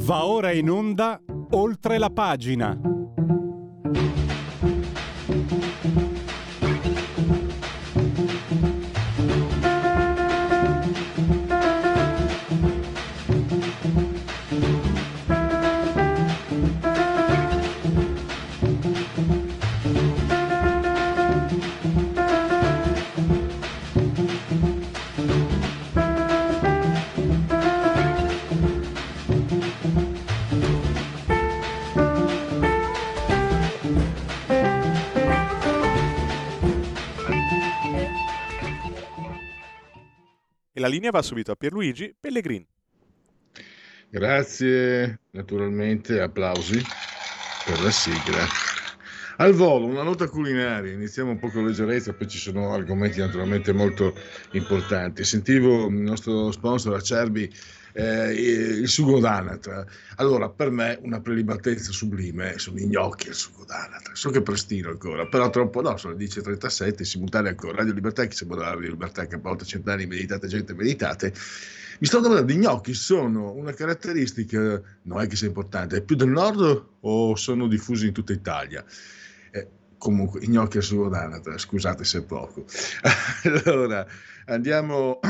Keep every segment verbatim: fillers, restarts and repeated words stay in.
Va ora in onda Oltre la pagina. E la linea va subito a Pierluigi Pellegrin. Grazie, naturalmente, applausi per la sigla. Al volo, una nota culinaria, iniziamo un po' con leggerezza, poi ci sono argomenti naturalmente molto importanti. Sentivo il nostro sponsor Acerbi, eh, il sugo d'anatra. Allora, per me una prelibatezza sublime sono i gnocchi al sugo d'anatra. So che prestino ancora, però troppo no, sono le dieci e trentasette, simultanea con Radio Libertà, che siamo da Radio Libertà, che a volte cent'anni meditate, gente meditate. Mi sto domandando, i gnocchi sono una caratteristica, non è che sia importante, è più del nord o sono diffusi in tutta Italia? Eh, comunque, i gnocchi al sugo d'anatra, scusate se è poco. Allora, andiamo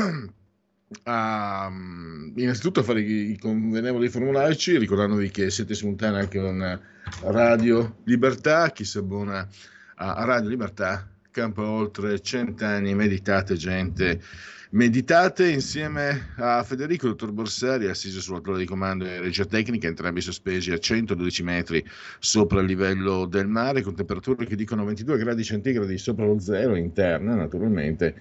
a, innanzitutto a fare i convenevoli formulaici, ricordandovi che siete simultanei anche con Radio Libertà. Chi si abbona a Radio Libertà campa oltre cent'anni, meditate gente. Meditate insieme a Federico, dottor Borsari, assiso sulla torre di comando e regia tecnica, entrambi sospesi a centododici metri sopra il livello del mare, con temperature che dicono ventidue gradi centigradi sopra lo zero, interna naturalmente,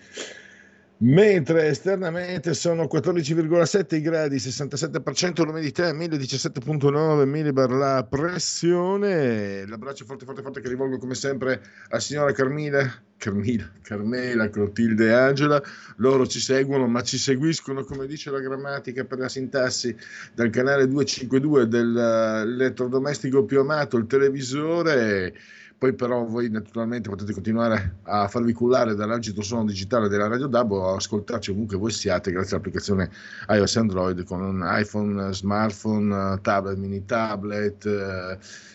mentre esternamente sono quattordici virgola sette gradi, sessantasette per cento l'umidità, mille diciassette virgola nove millibar la pressione. L'abbraccio forte forte forte che rivolgo come sempre a signora Carmila, Carmila, Carmela, Clotilde e Angela. Loro ci seguono, ma ci seguiscono, come dice la grammatica per la sintassi, dal canale duecentocinquantadue dell'elettrodomestico più amato, il televisore. Poi però voi naturalmente potete continuare a farvi cullare dall'agito suono digitale della Radio D A B o ascoltarci ovunque voi siate grazie all'applicazione iOS e Android con un iPhone, smartphone, tablet, mini tablet, eh,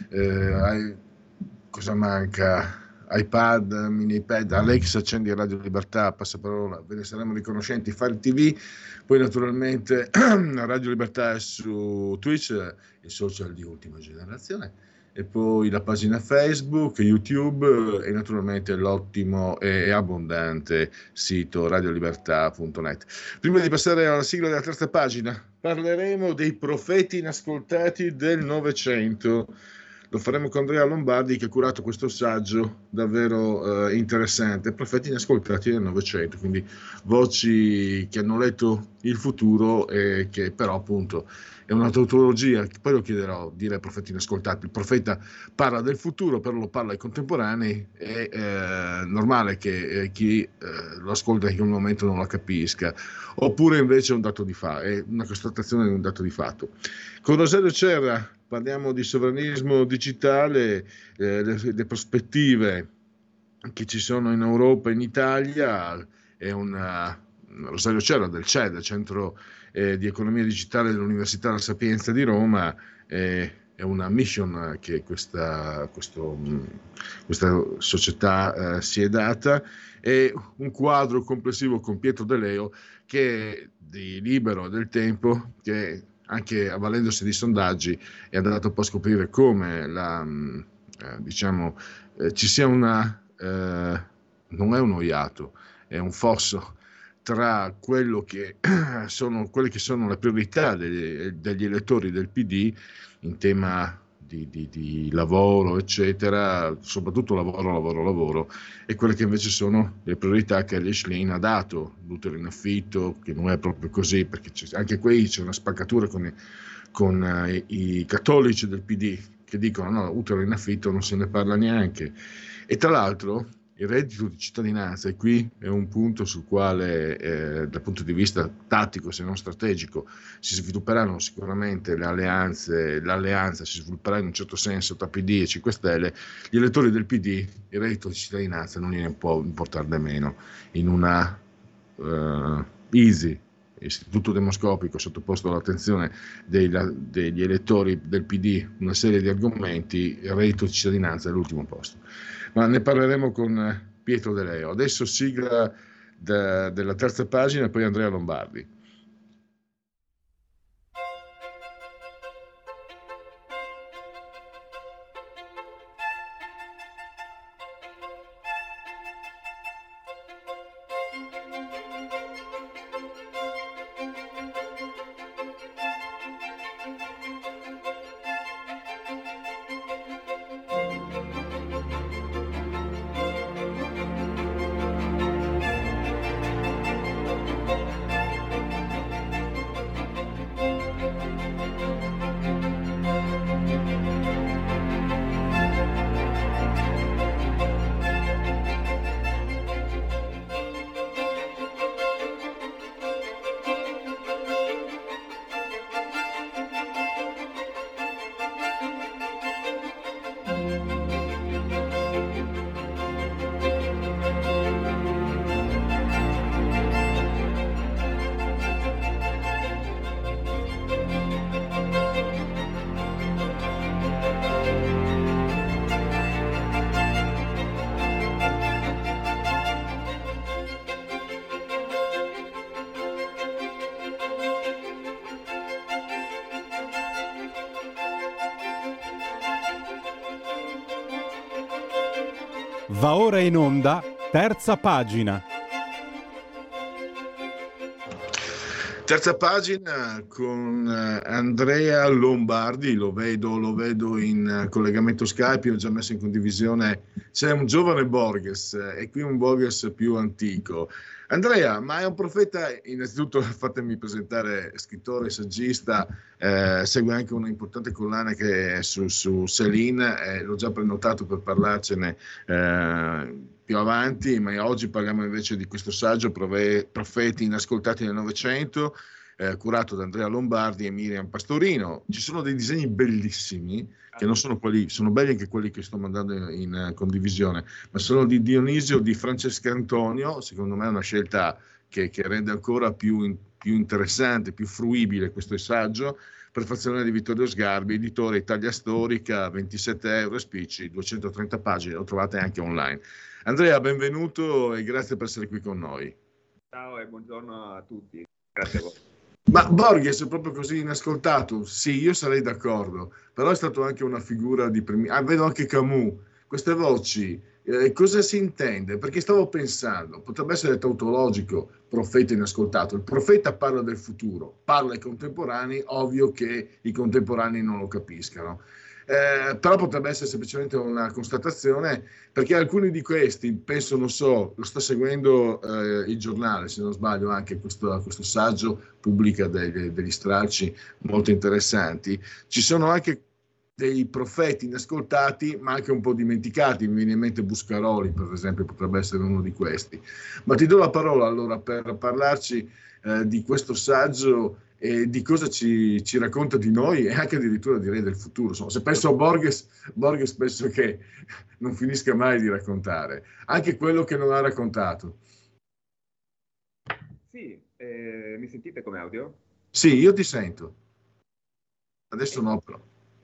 eh, cosa manca? iPad, mini iPad, Alexa, accendi Radio Libertà, passaparola, ve ne saremo riconoscenti, Fire T V, poi naturalmente Radio Libertà è su Twitch, il social di ultima generazione, e poi la pagina Facebook, YouTube e naturalmente l'ottimo e abbondante sito radiolibertà punto net. Prima di passare alla sigla della terza pagina, parleremo dei profeti inascoltati del Novecento. Lo faremo con Andrea Lombardi, che ha curato questo saggio davvero eh, interessante, profeti inascoltati del Novecento, quindi voci che hanno letto il futuro e che però appunto è una tautologia, poi lo chiederò, dire profeti inascoltati. Il profeta parla del futuro, però lo parla ai contemporanei, è eh, normale che eh, chi eh, lo ascolta in un momento non lo capisca, oppure invece è un dato di fatto, è una constatazione di un dato di fatto. Con Rosario Cerra parliamo di sovranismo digitale, eh, le, le prospettive che ci sono in Europa e in Italia. È una Rosario Cerra del C E D, Centro eh, di Economia Digitale dell'Università La Sapienza di Roma. Eh, è una mission che questa, questo, questa società eh, si è data, e un quadro complessivo con Pietro De Leo, che di Libero del Tempo, che anche avvalendosi di sondaggi è andato un po' a scoprire come la, eh, diciamo, eh, ci sia una, eh, non è un iato, è un fosso tra quello che sono, quelle che sono le priorità degli, degli elettori del P D in tema di, di, di lavoro, eccetera, soprattutto lavoro, lavoro, lavoro, e quelle che invece sono le priorità che Schlein ha dato, l'utero in affitto, che non è proprio così, perché c'è, anche qui c'è una spaccatura con, i, con uh, i cattolici del P D che dicono no, utero in affitto non se ne parla neanche. E tra l'altro il reddito di cittadinanza, e qui è un punto sul quale eh, dal punto di vista tattico se non strategico si svilupperanno sicuramente le alleanze, l'alleanza si svilupperà in un certo senso tra P D e cinque Stelle. Gli elettori del P D il reddito di cittadinanza non gliene può importare nemmeno in una uh, easy Istituto Demoscopico, sottoposto all'attenzione dei, degli elettori del P D una serie di argomenti, il reddito di cittadinanza è all'ultimo posto. Ma ne parleremo con Pietro De Leo. Adesso sigla da, della terza pagina e poi Andrea Lombardi. Va ora in onda, terza pagina. Terza pagina con Andrea Lombardi, lo vedo, lo vedo in collegamento Skype, ho già messo in condivisione, c'è un giovane Borges e qui un Borges più antico. Andrea, ma è un profeta, innanzitutto fatemi presentare, scrittore, saggista, eh, segue anche una importante collana che è su, su Céline, eh, l'ho già prenotato per parlarcene eh, più avanti, ma oggi parliamo invece di questo saggio Profeti inascoltati nel Novecento, eh, curato da Andrea Lombardi e Miriam Pastorino. Ci sono dei disegni bellissimi, che non sono quelli, sono belli anche quelli che sto mandando in, in condivisione, ma sono di Dionisio di Francesco Antonio. Secondo me è una scelta che, che rende ancora più, in, più interessante, più fruibile questo saggio. Prefazione di Vittorio Sgarbi, editore Italia Storica, ventisette euro spicci, duecentotrenta pagine, lo trovate anche online. Andrea, benvenuto e grazie per essere qui con noi. Ciao e buongiorno a tutti, grazie a voi. Ma Borges è proprio così inascoltato? Sì, io sarei d'accordo, però è stato anche una figura di primi... Ah, vedo anche Camus, queste voci, eh, cosa si intende? Perché stavo pensando, potrebbe essere tautologico, profeta inascoltato, il profeta parla del futuro, parla ai contemporanei, ovvio che i contemporanei non lo capiscano. Eh, però potrebbe essere semplicemente una constatazione, perché alcuni di questi, penso, non so, lo sta seguendo eh, il giornale, se non sbaglio anche questo, questo saggio pubblica degli, degli stralci molto interessanti. Ci sono anche dei profeti inascoltati ma anche un po' dimenticati, mi viene in mente Buscaroli per esempio, potrebbe essere uno di questi. Ma ti do la parola allora per parlarci eh, di questo saggio e di cosa ci, ci racconta di noi e anche addirittura direi del futuro. Insomma, se penso a Borges, Borges penso che non finisca mai di raccontare, anche quello che non ha raccontato. Sì, eh, mi sentite come audio? Sì, io ti sento. Adesso no però.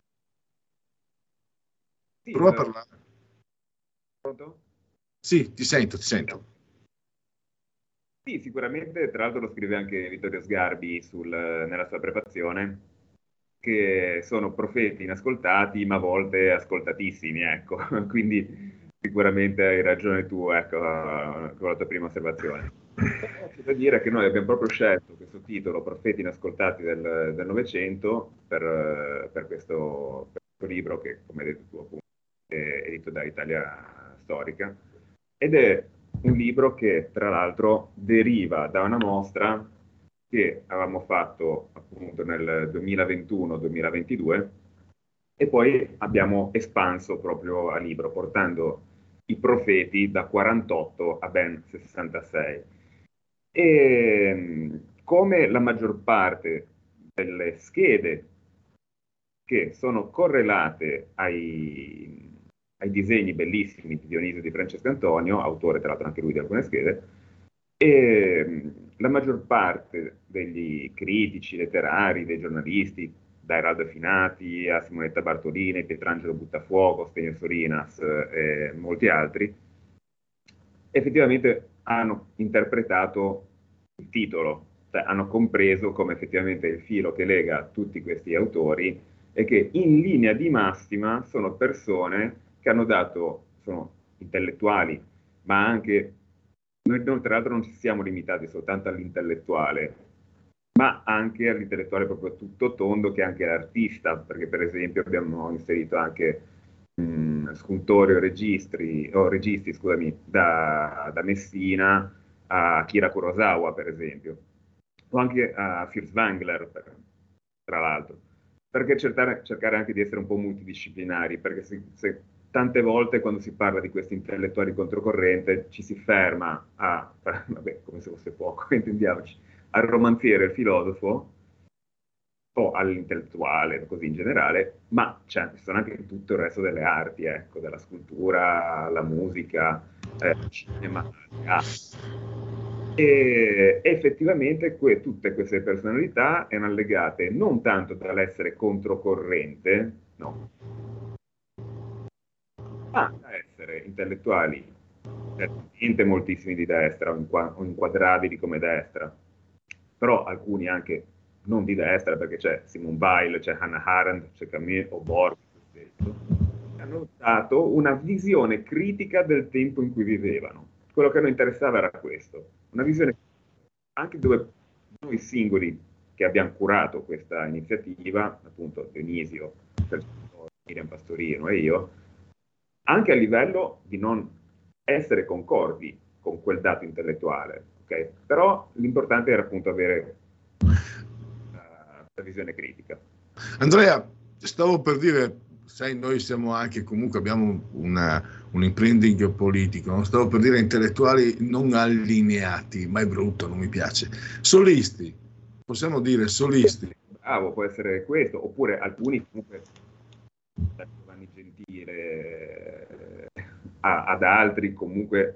Sì, Prova a allora... parlare. Pronto? Sì, ti sento, ti sento. Sì, sicuramente, tra l'altro lo scrive anche Vittorio Sgarbi sul, nella sua prefazione, che sono profeti inascoltati, ma a volte ascoltatissimi, ecco. Quindi sicuramente hai ragione tu, ecco, con la tua prima osservazione. C'è da dire che noi abbiamo proprio scelto questo titolo, Profeti inascoltati del, del Novecento, per, per, questo, per questo libro che, come hai detto tu, appunto, è edito da Italia Storica, ed è un libro che tra l'altro deriva da una mostra che avevamo fatto appunto nel duemilaventuno duemilaventidue e poi abbiamo espanso proprio a libro, portando i profeti da quarantotto a ben sessantasei. E come la maggior parte delle schede che sono correlate ai ai disegni bellissimi di Dionisio di Francesco Antonio, autore tra l'altro anche lui di alcune schede, e la maggior parte degli critici letterari, dei giornalisti, da Eraldo Finati a Simonetta Bartolini, Pietrangelo Buttafuoco, Stênio Sorinas eh, e molti altri, effettivamente hanno interpretato il titolo, cioè hanno compreso come effettivamente il filo che lega tutti questi autori è che in linea di massima sono persone che hanno dato, sono intellettuali, ma anche, noi, noi tra l'altro non ci siamo limitati soltanto all'intellettuale, ma anche all'intellettuale proprio tutto tondo, che è anche l'artista, perché per esempio abbiamo inserito anche mh, scultori o registri, o registi, scusami, da, da Messina a Akira Kurosawa, per esempio, o anche a Furtwängler, per- tra l'altro, perché cercare, cercare anche di essere un po' multidisciplinari, perché se, se tante volte quando si parla di questi intellettuali controcorrente ci si ferma a, vabbè, come se fosse poco, intendiamoci, al romanziere, al filosofo o all'intellettuale, così in generale, ma cioè, ci sono anche tutto il resto delle arti, ecco, dalla scultura, alla musica, eh, cinema, teatro. E effettivamente que- tutte queste personalità erano legate non tanto dall'essere controcorrente, no, ma da essere intellettuali, certamente moltissimi di destra o, inqua- o inquadrabili come destra, però alcuni anche non di destra, perché c'è Simone Weil, c'è Hannah Arendt, c'è Camus o Borges stesso, che hanno dato una visione critica del tempo in cui vivevano. Quello che a noi interessava era questo, una visione anche dove noi singoli che abbiamo curato questa iniziativa, appunto Dionisio, Miriam Pastorino e io, anche a livello di non essere concordi con quel dato intellettuale, ok? Però l'importante era appunto avere questa visione critica. Andrea, stavo per dire, sai, noi siamo anche, comunque abbiamo una, un imprinting politico, no? Stavo per dire intellettuali non allineati, ma è brutto, non mi piace. Solisti, possiamo dire solisti. Bravo, può essere questo, oppure alcuni comunque, da Giovanni Gentile eh, a- ad altri comunque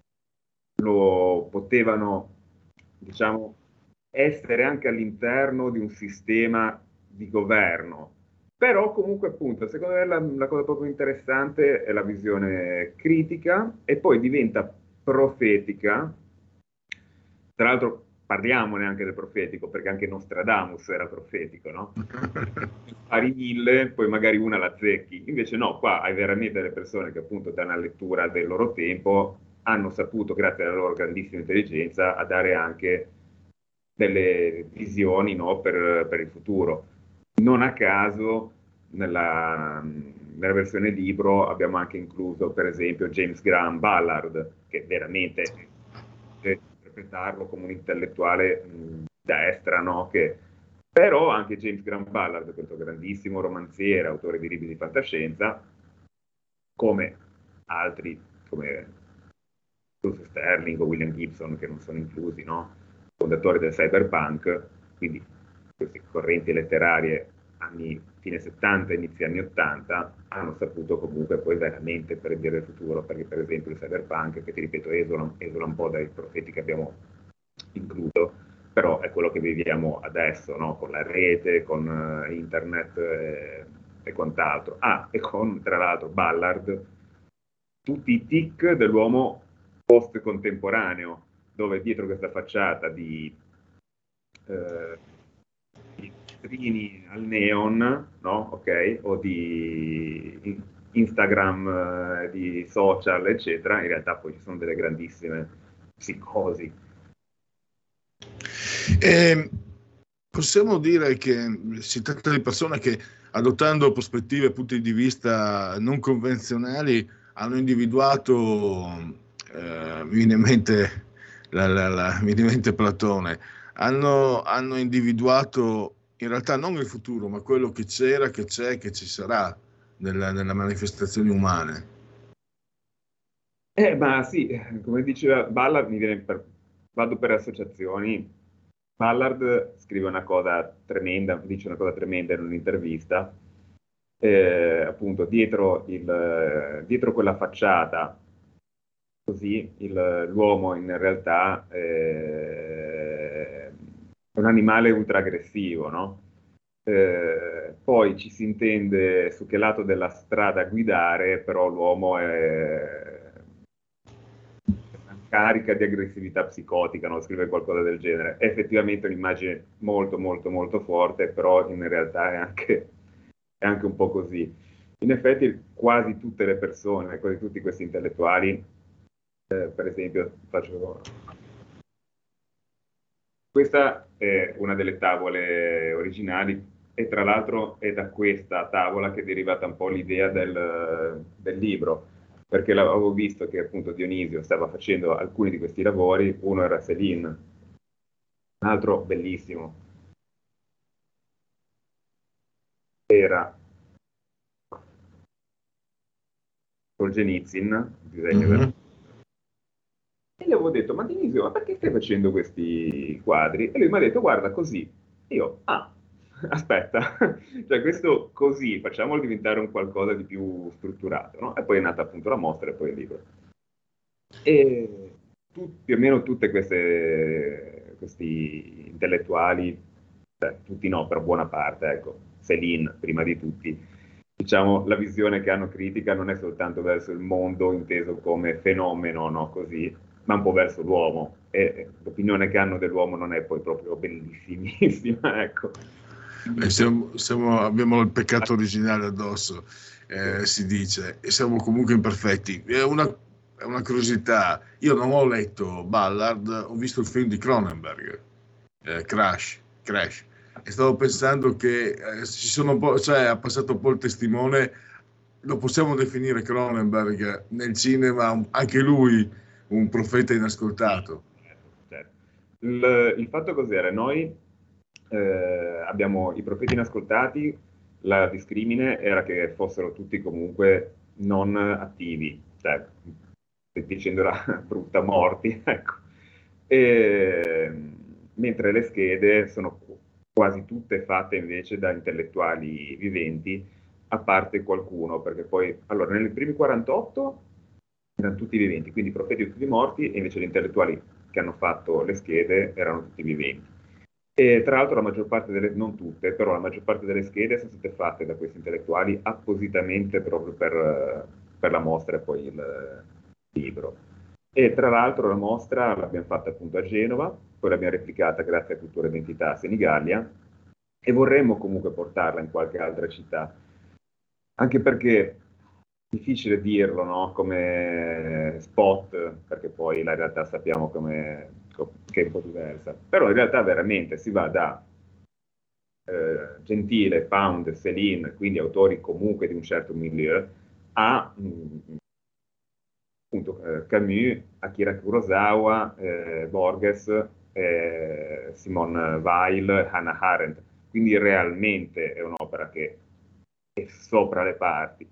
lo potevano, diciamo, essere anche all'interno di un sistema di governo. Però comunque appunto, secondo me la, la cosa proprio interessante è la visione critica e poi diventa profetica. Tra l'altro parliamone anche del profetico, perché anche Nostradamus era profetico, no? Spari mille, poi magari una la azzecchi. Invece no, qua hai veramente delle persone che appunto da una lettura del loro tempo hanno saputo, grazie alla loro grandissima intelligenza, a dare anche delle visioni, no, per, per il futuro. Non a caso nella, nella versione libro abbiamo anche incluso, per esempio, James Graham Ballard, che veramente eh, interpretarlo come un intellettuale mh, destra, no? Che, però anche James Graham Ballard, questo grandissimo romanziere, autore di libri di fantascienza, come altri, come Bruce Sterling o William Gibson, che non sono inclusi, no? Fondatori del cyberpunk, quindi queste correnti letterarie anni fine settanta, inizi anni ottanta, hanno saputo comunque poi veramente predire il futuro, perché per esempio il cyberpunk, che ti ripeto esula, esula un po' dai profeti che abbiamo incluso, però è quello che viviamo adesso, no? Con la rete, con uh, internet e, e quant'altro. Ah, e con tra l'altro Ballard, tutti i tic dell'uomo post-contemporaneo, dove dietro questa facciata di, eh, di strini al neon, no? Ok? O di Instagram, eh, di social, eccetera, in realtà poi ci sono delle grandissime psicosi. Eh, possiamo dire che si tratta di persone che, adottando prospettive e punti di vista non convenzionali, hanno individuato, eh, mi viene in mente, la, la, la, mi viene in mente Platone, hanno, hanno individuato in realtà non il futuro, ma quello che c'era, che c'è, che ci sarà nella, nella manifestazioni umane. Eh, ma sì, come diceva Ballard, mi viene per- vado per associazioni. Ballard scrive una cosa tremenda, dice una cosa tremenda in un'intervista, eh, appunto dietro, il, eh, dietro quella facciata, così il- l'uomo in realtà eh, un animale ultra aggressivo, no? Eh, poi ci si intende su che lato della strada guidare, però l'uomo è una carica di aggressività psicotica, no? Scrivere qualcosa del genere. È effettivamente un'immagine molto, molto, molto forte, però in realtà è anche, è anche un po' così. In effetti quasi tutte le persone, quasi tutti questi intellettuali, eh, per esempio, faccio... Questa è una delle tavole originali e tra l'altro è da questa tavola che è derivata un po' l'idea del, del libro, perché l'avevo visto che appunto Dionisio stava facendo alcuni di questi lavori, uno era Céline, un altro bellissimo, era Solzhenitsyn, il disegno Mhm. del... E gli avevo detto, ma Dionisio, ma perché stai facendo questi quadri? E lui mi ha detto, guarda, così. E io, ah, aspetta, cioè questo così, facciamolo diventare un qualcosa di più strutturato, no? E poi è nata appunto la mostra e poi il libro. E tu- più o meno tutte queste, questi intellettuali, cioè, tutti no, per buona parte, ecco, Céline prima di tutti, diciamo, la visione che hanno critica non è soltanto verso il mondo inteso come fenomeno, no, così, ma un po' verso l'uomo. E l'opinione che hanno dell'uomo non è poi proprio bellissimissima, ecco. Eh, siamo- siamo- abbiamo il peccato originale addosso, eh, si dice, e siamo comunque imperfetti. È una, è una curiosità. Io non ho letto Ballard, ho visto il film di Cronenberg, eh, Crash, Crash, e stavo pensando che eh, ci sono un po', cioè, ha passato un po' il testimone, lo possiamo definire Cronenberg nel cinema, un- anche lui un profeta inascoltato. Certo. Il, il fatto cos'era? Noi eh, abbiamo i profeti inascoltati, la discrimine era che fossero tutti comunque non attivi, cioè, dicendola brutta, morti, ecco. E, mentre le schede sono quasi tutte fatte invece da intellettuali viventi, a parte qualcuno, perché poi, allora, nei primi quarantotto erano tutti viventi, quindi i profeti tutti morti, e invece gli intellettuali che hanno fatto le schede erano tutti viventi. E tra l'altro la maggior parte delle, non tutte, però la maggior parte delle schede sono state fatte da questi intellettuali appositamente proprio per, per la mostra e poi il libro. E tra l'altro la mostra l'abbiamo fatta appunto a Genova, poi l'abbiamo replicata grazie a Cultura e Identità a Senigallia e vorremmo comunque portarla in qualche altra città, anche perché è difficile dirlo, no? Come spot, perché poi la realtà sappiamo come, che è un po' diversa. Però in realtà veramente si va da eh, Gentile, Pound, Céline, quindi autori comunque di un certo milieu, a mh, appunto, eh, Camus, Akira Kurosawa, eh, Borges, eh, Simone Weil, Hannah Arendt. Quindi realmente è un'opera che è sopra le parti.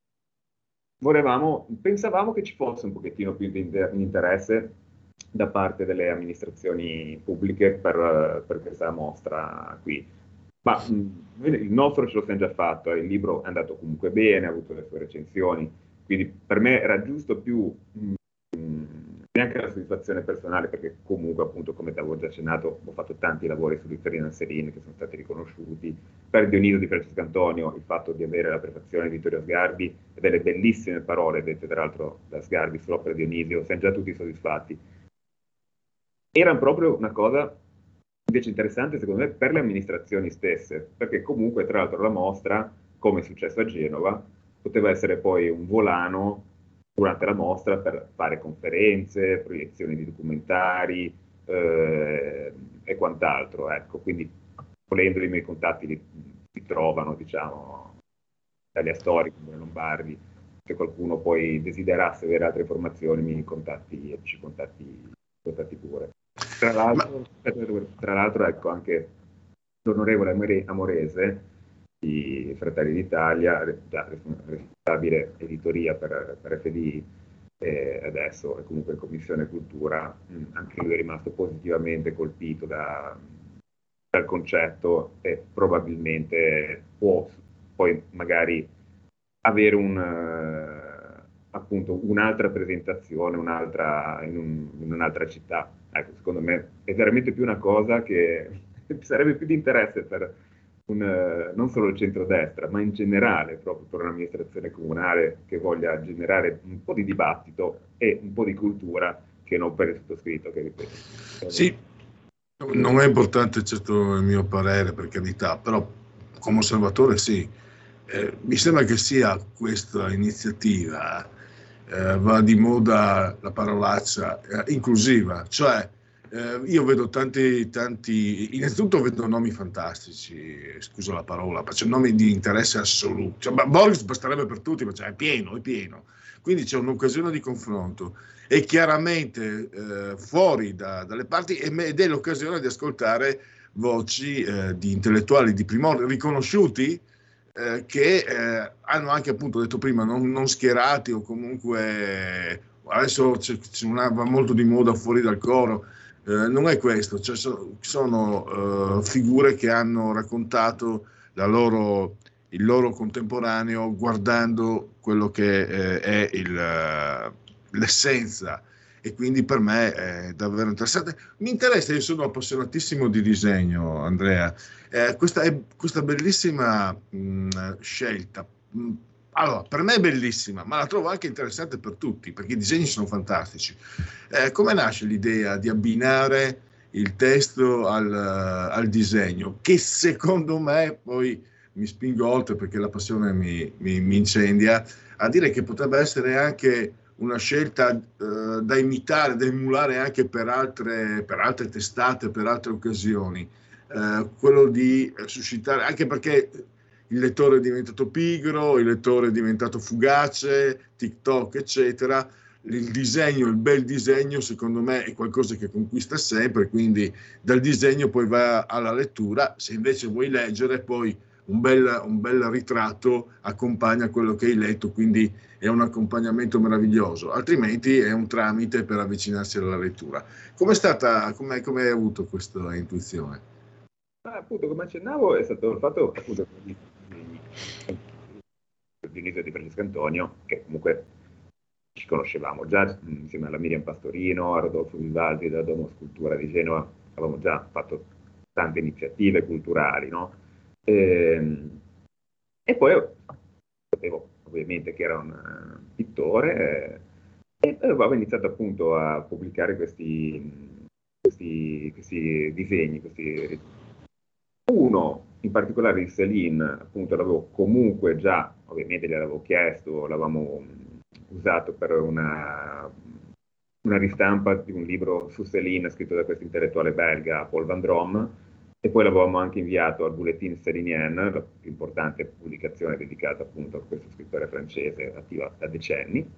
Volevamo, pensavamo che ci fosse un pochettino più di inter- interesse da parte delle amministrazioni pubbliche per, per questa mostra qui. Ma mh, il nostro ce lo siamo già fatto, il libro è andato comunque bene, ha avuto le sue recensioni, quindi per me era giusto più mh, neanche la soddisfazione personale, perché comunque, appunto, come ti avevo già accennato, ho fatto tanti lavori su Ferdinand Serin che sono stati riconosciuti. Per Dionisio di Francesco Antonio, il fatto di avere la prefazione di Vittorio Sgarbi e delle bellissime parole dette tra l'altro da Sgarbi sull'opera di Dionisio, siamo già tutti soddisfatti. Era proprio una cosa invece interessante, secondo me, per le amministrazioni stesse, perché comunque, tra l'altro, la mostra, come è successo a Genova, poteva essere poi un volano durante la mostra per fare conferenze, proiezioni di documentari eh, e quant'altro. Ecco, quindi volendo i miei contatti li, li trovano, diciamo, Italia Storica, Lombardi. Se qualcuno poi desiderasse avere altre informazioni, mi contatti e ci contatti, contatti pure. Tra Ma l'altro, tra l'altro, ecco, anche l'onorevole Amore- Amorese di Fratelli d'Italia, re- già responsabile editoria per, per F D I, e adesso è comunque in Commissione Cultura, mh, anche lui è rimasto positivamente colpito da- dal concetto e probabilmente può poi magari avere un, eh, appunto un'altra presentazione, un'altra, in, un- in un'altra città. Ecco, secondo me è veramente più una cosa che ci sarebbe più di interesse per un, eh, non solo il centrodestra, ma in generale proprio per un'amministrazione comunale che voglia generare un po' di dibattito e un po' di cultura, che non per il sottoscritto, che ripeto. Sì, non è importante certo il mio parere, per carità, però come osservatore sì. Eh, mi sembra che sia questa iniziativa, eh, va di moda la parolaccia, eh, inclusiva, cioè eh, io vedo tanti, tanti, innanzitutto vedo nomi fantastici, scusa la parola, ma c'è nomi di interesse assoluto, cioè, ma Boris basterebbe per tutti, ma cioè, è pieno, è pieno, quindi c'è un'occasione di confronto e chiaramente eh, fuori da, dalle parti ed è l'occasione di ascoltare voci eh, di intellettuali di prim'ordine riconosciuti, eh, che eh, hanno anche, appunto, detto prima, non, non schierati o comunque adesso c'è, c'è una, va molto di moda fuori dal coro, eh, non è questo, cioè, so, sono eh, figure che hanno raccontato la loro, il loro contemporaneo guardando quello che eh, è il, l'essenza, e quindi per me è davvero interessante. Mi interessa, io sono appassionatissimo di disegno, Andrea. Eh, questa, è, questa bellissima mh, scelta, mh, allora, per me è bellissima, ma la trovo anche interessante per tutti, perché i disegni sono fantastici. Eh, come nasce l'idea di abbinare il testo al, al disegno, che secondo me, poi mi spingo oltre perché la passione mi, mi, mi incendia, a dire che potrebbe essere anche una scelta eh, da imitare, da emulare anche per altre, per altre testate, per altre occasioni. Eh, quello di suscitare, anche perché il lettore è diventato pigro, il lettore è diventato fugace, TikTok, eccetera. Il disegno, il bel disegno, secondo me è qualcosa che conquista sempre, quindi dal disegno poi va alla lettura. Se invece vuoi leggere, poi un bel, un bel ritratto accompagna quello che hai letto, quindi è un accompagnamento meraviglioso, altrimenti è un tramite per avvicinarsi alla lettura. Com'è stata, come hai avuto questa intuizione? Ah, appunto, come accennavo, è stato il fatto, appunto, di Dionisio di Francesco Antonio, che comunque ci conoscevamo già insieme alla Miriam Pastorino, a Rodolfo Vivaldi della Domo Scultura di Genova, avevamo già fatto tante iniziative culturali, no? E, e poi sapevo ovviamente che era un uh, pittore, eh, e avevo iniziato appunto a pubblicare questi, questi, questi disegni, questi uno in particolare di Céline, appunto l'avevo comunque già, ovviamente gliel'avevo chiesto, l'avevamo usato per una, una ristampa di un libro su Céline scritto da questo intellettuale belga, Paul Van Drom, e poi l'avevamo anche inviato al Bulletin Célinien, la più importante pubblicazione dedicata appunto a questo scrittore francese, attiva da decenni.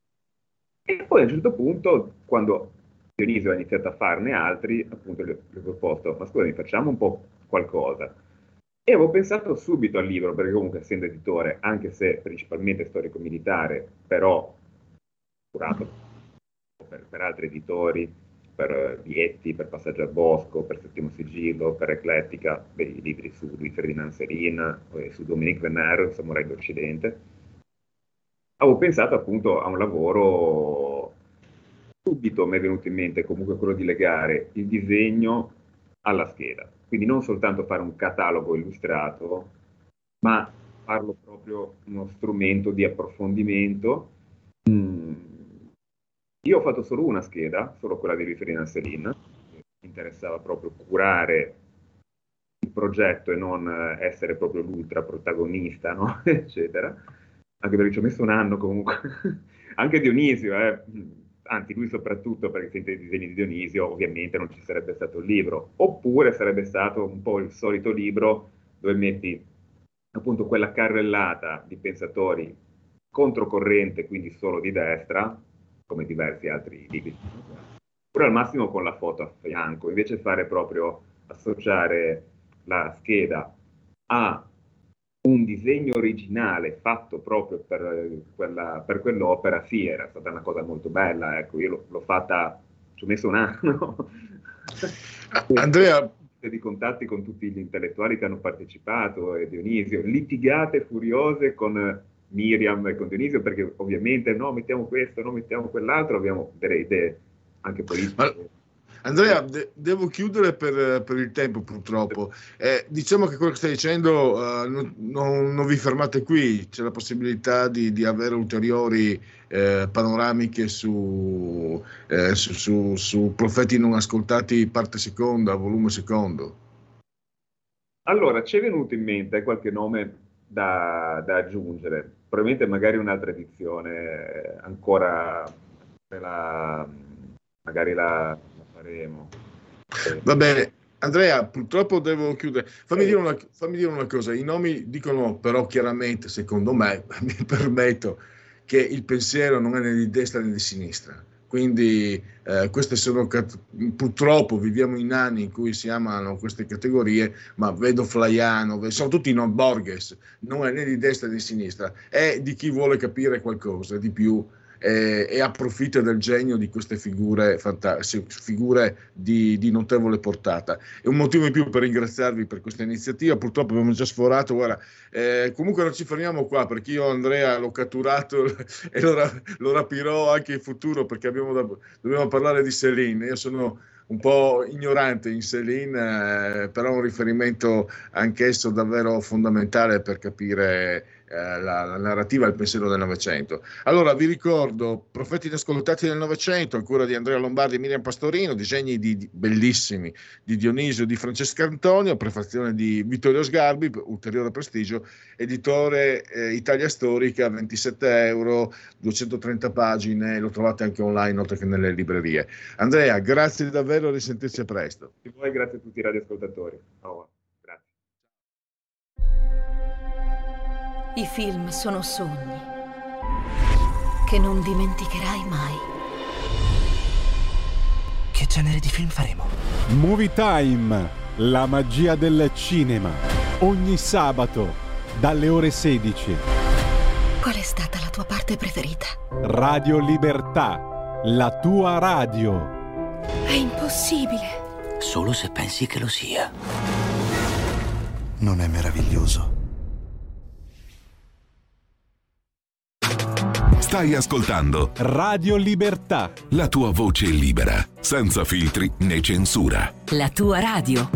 E poi a un certo punto, quando Dionisio ha iniziato a farne altri, appunto gli ho, gli ho proposto, ma scusami, facciamo un po' qualcosa. E avevo pensato subito al libro, perché comunque essendo editore, anche se principalmente storico-militare, però curato per, per altri editori, per Vietti, per Passaggio al Bosco, per Settimo Sigillo, per Eclettica, dei libri su Louis Ferdinand Céline, e su Dominique Venner, Samurai d'Occidente, avevo pensato appunto a un lavoro, subito mi è venuto in mente comunque quello di legare il disegno alla scheda, quindi non soltanto fare un catalogo illustrato, ma farlo proprio uno strumento di approfondimento. Mm. Io ho fatto solo una scheda, solo quella di Ferdinand Céline, mi interessava proprio curare il progetto e non essere proprio l'ultra protagonista, no? Eccetera, anche perché ci ho messo un anno comunque. Anche Dionisio, eh. Anzi lui soprattutto, perché sente i disegni di Dionisio, ovviamente non ci sarebbe stato il libro, oppure sarebbe stato un po' il solito libro dove metti appunto quella carrellata di pensatori controcorrente, quindi solo di destra, come diversi altri libri, oppure al massimo con la foto a fianco, invece fare proprio, associare la scheda a un disegno originale fatto proprio per, quella, per quell'opera, sì, era stata una cosa molto bella, ecco, io l'ho, l'ho fatta, ci ho messo un anno. Andrea, di contatti con tutti gli intellettuali che hanno partecipato, e Dionisio, litigate furiose con Miriam e con Dionisio, perché ovviamente no, mettiamo questo, no, mettiamo quell'altro, abbiamo delle idee anche politiche. Ma, Andrea, de- devo chiudere per, per il tempo purtroppo. Eh, diciamo che quello che stai dicendo, eh, non, non- non vi fermate qui, c'è la possibilità di, di avere ulteriori eh, panoramiche su, eh, su, su- su Profeti non ascoltati, parte seconda, volume secondo. Allora, ci è venuto in mente qualche nome da, da aggiungere, probabilmente magari un'altra edizione eh, ancora, la, magari la, la faremo. Eh, Va bene, Andrea, purtroppo devo chiudere. Fammi eh, dire una, fammi dire una cosa, i nomi dicono però chiaramente, secondo me, mi permetto, che il pensiero non è né di destra né di sinistra. Quindi eh, queste sono cat- purtroppo viviamo in anni in cui si amano queste categorie, ma vedo Flaiano, ve- sono tutti non Borges, non è né di destra né di sinistra, è di chi vuole capire qualcosa di più eh, e approfitta del genio di queste figure, fanta- figure di, di notevole portata. È un motivo in più per ringraziarvi per questa iniziativa. Purtroppo abbiamo già sforato. Guarda, eh, comunque non ci fermiamo qua perché io Andrea l'ho catturato e lo, ra- lo rapirò anche in futuro perché abbiamo da- dobbiamo parlare di Céline. Io sono un po' ignorante in Céline, eh, però un riferimento anch'esso davvero fondamentale per capire eh, la, la narrativa e il pensiero del Novecento. Allora vi ricordo Profeti inascoltati del Novecento, ancora di Andrea Lombardi e Miriam Pastorino, disegni di, di- bellissimi di Dionisio e di Francesca Antonio, prefazione di Vittorio Sgarbi, ulteriore prestigio, editore eh, Italia Storica, ventisette euro, duecentotrenta pagine, lo trovate anche online oltre che nelle librerie. Andrea, grazie davvero, a risentirci presto. a voi, grazie a tutti i radioascoltatori. Oh, grazie. I film sono sogni che non dimenticherai mai. Che genere di film faremo? Movie Time, la magia del cinema. Ogni sabato, dalle ore sedici. Qual è stata la tua parte preferita? Radio Libertà, la tua radio. È impossibile. Solo se pensi che lo sia. Non è meraviglioso? Stai ascoltando Radio Libertà. la tua voce libera, senza filtri né censura. La tua radio.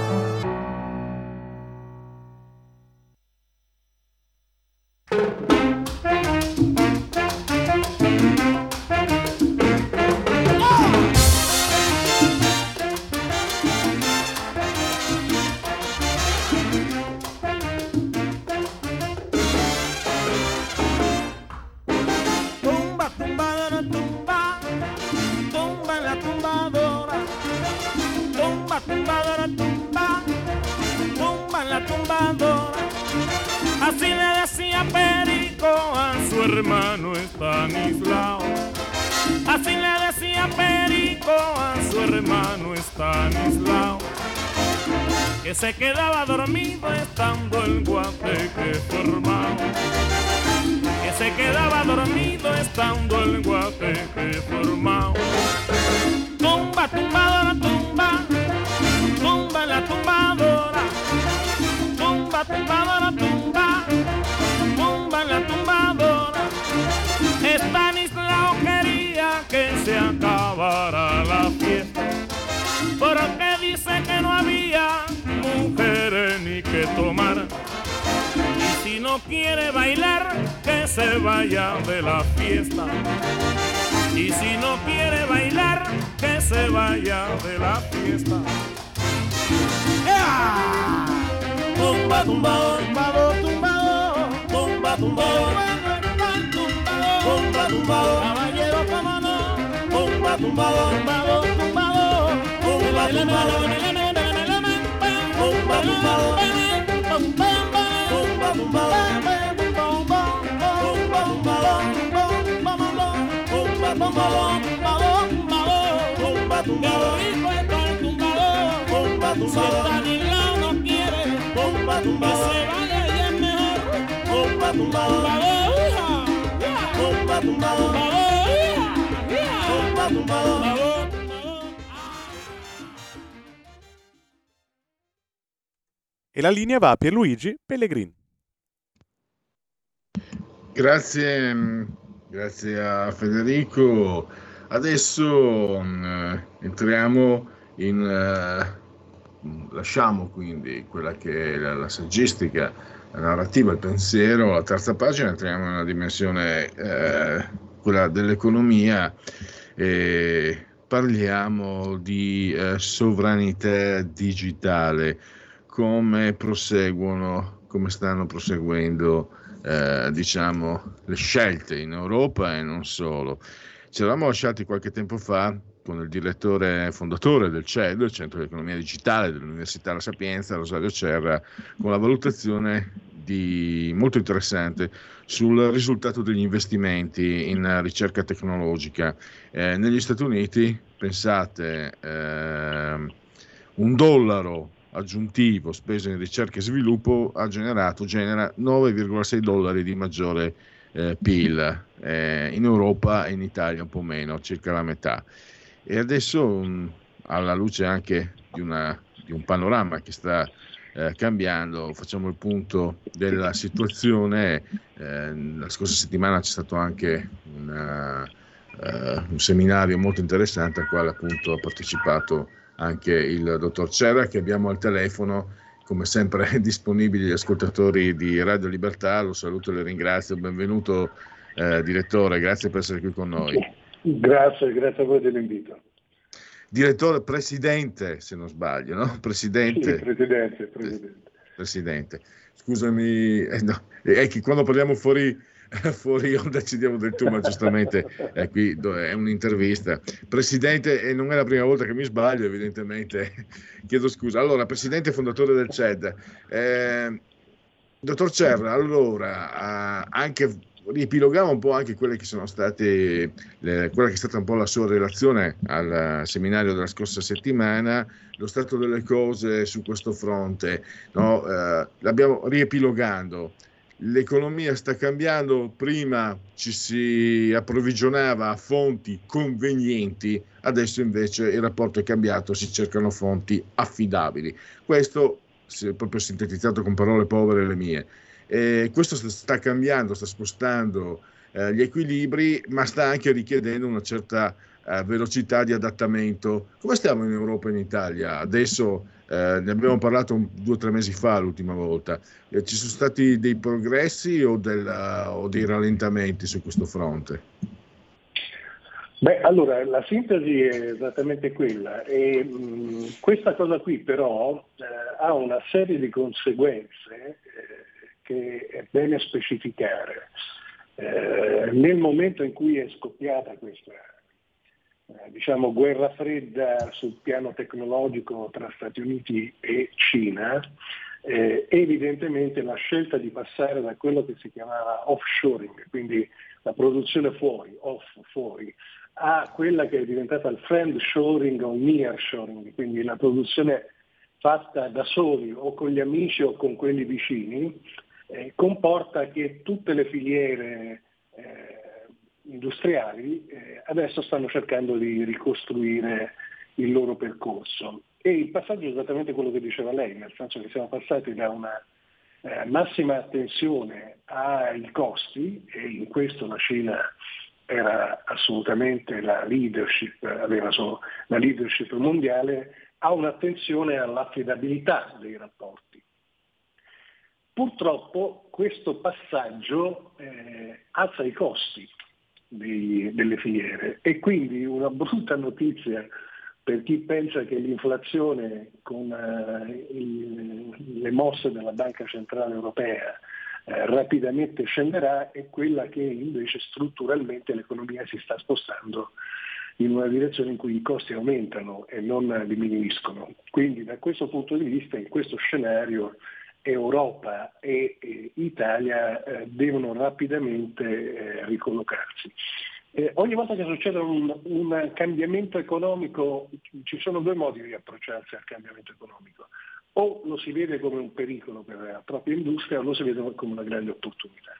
Tumba, tumbadora, tumba, tumba la tumbadora, tumba, tumbadora, tumba, tumba la tumbadora. Así le decía Perico a su hermano Estanislao. Así le decía Perico a su hermano Estanislao, que se quedaba dormido estando el guateque formado. Que se quedaba dormido estando el guateque formado. Tumba, tumbadora, tumba, tumba la tumbadora. Tumba, tumbadora, tumba, tumba la tumbadora. Estanislao quería que se acabara la fiesta, porque dice que no había mujeres ni que tomar. Y si no quiere bailar, que se vaya de la fiesta. Y si no quiere bailar, que se vaya de la fiesta. ¡Ea! Tumba, tumbado, tumbado, tumbado, tumba, tumbado, tumba, tumbado, caballero, cómo no, tumba, tumbado, tumbado, tumbado, tumba, tumbado, tumba, tumbado, tumba, E la linea va a Pierluigi Pellegrini. Grazie, grazie a Federico. Adesso eh, entriamo in... Eh, lasciamo quindi quella che è la, la saggistica, la narrativa, il pensiero, la terza pagina, entriamo in una dimensione, eh, quella dell'economia, e parliamo di eh, sovranità digitale, come proseguono, come stanno proseguendo eh, diciamo le scelte in Europa e non solo. Ci eravamo lasciati qualche tempo fa con il direttore fondatore del C E D, il Centro di Economia Digitale dell'Università La Sapienza, Rosario Cerra, con la valutazione di, molto interessante sul risultato degli investimenti in ricerca tecnologica. Eh, negli Stati Uniti, pensate, eh, un dollaro aggiuntivo speso in ricerca e sviluppo ha generato, genera nove virgola sei dollari di maggiore eh, P I L, eh, in Europa e in Italia un po' meno, circa la metà. E adesso, mh, alla luce anche di, una, di un panorama che sta eh, cambiando, facciamo il punto della situazione. Eh, la scorsa settimana c'è stato anche una, uh, un seminario molto interessante al quale appunto ha partecipato anche il dottor Cerra, che abbiamo al telefono, come sempre disponibili gli ascoltatori di Radio Libertà. Lo saluto e le ringrazio. Benvenuto eh, direttore, grazie per essere qui con noi. Grazie, grazie a voi dell'invito. Direttore, presidente, se non sbaglio, no? Presidente. Sì, presidente, presidente. Presidente. Scusami, eh, no, è che quando parliamo fuori, fuori onda ci diamo del tu, ma giustamente è qui è un'intervista. Presidente, e non è la prima volta che mi sbaglio, evidentemente, chiedo scusa. Allora, presidente fondatore del C E D. Eh, dottor Cerra, allora, anche riepiloghiamo un po' anche quelle che sono state le, quella che è stata un po' la sua relazione al seminario della scorsa settimana, lo stato delle cose su questo fronte, no? Eh, l'abbiamo riepilogando. L'economia sta cambiando, prima ci si approvvigionava a fonti convenienti, adesso invece il rapporto è cambiato, si cercano fonti affidabili. Questo, si è proprio sintetizzato con parole povere le mie. Eh, questo sta cambiando, sta spostando eh, gli equilibri, ma sta anche richiedendo una certa eh, velocità di adattamento. Come stiamo in Europa e in Italia? Adesso eh, ne abbiamo parlato un, due o tre mesi fa l'ultima volta. Eh, ci sono stati dei progressi o, del, o dei rallentamenti su questo fronte? Beh, allora, la sintesi è esattamente quella, e mh, questa cosa qui però eh, ha una serie di conseguenze eh, che è bene specificare. Eh, nel momento in cui è scoppiata questa eh, diciamo guerra fredda sul piano tecnologico tra Stati Uniti e Cina, eh, evidentemente la scelta di passare da quello che si chiamava offshoring, quindi la produzione fuori, off, fuori, a quella che è diventata il friendshoring o nearshoring, quindi la produzione fatta da soli o con gli amici o con quelli vicini, eh, comporta che tutte le filiere eh, industriali eh, adesso stanno cercando di ricostruire il loro percorso. E il passaggio è esattamente quello che diceva lei, nel senso che siamo passati da una eh, massima attenzione ai costi, e in questo la Cina era assolutamente la leadership, aveva solo la leadership mondiale, a un'attenzione all'affidabilità dei rapporti. Purtroppo questo passaggio eh, alza i costi dei, delle filiere, e quindi una brutta notizia per chi pensa che l'inflazione con eh, il, le mosse della Banca Centrale Europea eh, rapidamente scenderà, è quella che invece strutturalmente l'economia si sta spostando in una direzione in cui i costi aumentano e non diminuiscono. Quindi da questo punto di vista, in questo scenario, Europa e, e Italia eh, devono rapidamente eh, ricollocarsi. Eh, ogni volta che succede un, un cambiamento economico ci sono due modi di approcciarsi al cambiamento economico: o lo si vede come un pericolo per la propria industria o lo si vede come una grande opportunità.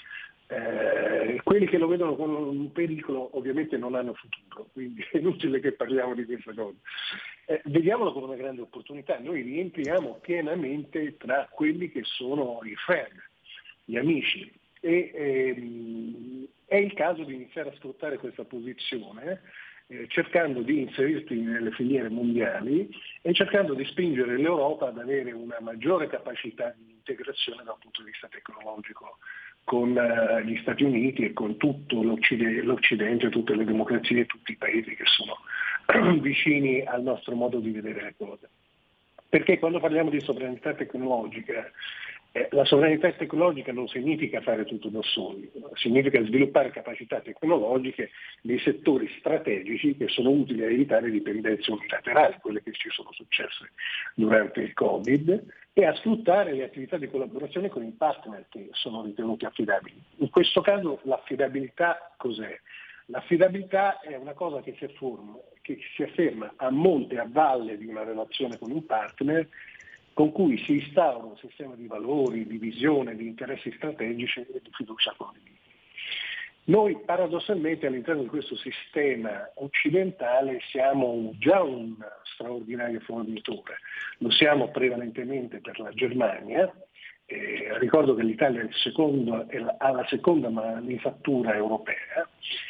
Eh, quelli che lo vedono come un pericolo ovviamente non hanno futuro, quindi è inutile che parliamo di questa cosa. Eh, vediamolo come una grande opportunità. Noi rientriamo pienamente tra quelli che sono i friend, gli amici, e ehm, è il caso di iniziare a sfruttare questa posizione eh, cercando di inserirti nelle filiere mondiali e cercando di spingere l'Europa ad avere una maggiore capacità di integrazione dal punto di vista tecnologico con uh, gli Stati Uniti e con tutto l'Occide- l'Occidente, tutte le democrazie e tutti i paesi che sono vicini al nostro modo di vedere le cose. Perché quando parliamo di sovranità tecnologica, eh, la sovranità tecnologica non significa fare tutto da soli, significa sviluppare capacità tecnologiche nei settori strategici che sono utili a evitare dipendenze unilaterali, quelle che ci sono successe durante il Covid, e a sfruttare le attività di collaborazione con i partner che sono ritenuti affidabili. In questo caso l'affidabilità cos'è? L'affidabilità è una cosa che si, afforma, che si afferma a monte, a valle di una relazione con un partner con cui si instaura un sistema di valori, di visione, di interessi strategici e di fiducia condivisa. Noi paradossalmente all'interno di questo sistema occidentale siamo già un straordinario fornitore, lo siamo prevalentemente per la Germania. Eh, ricordo che l'Italia è il secondo, è la, ha la seconda manifattura europea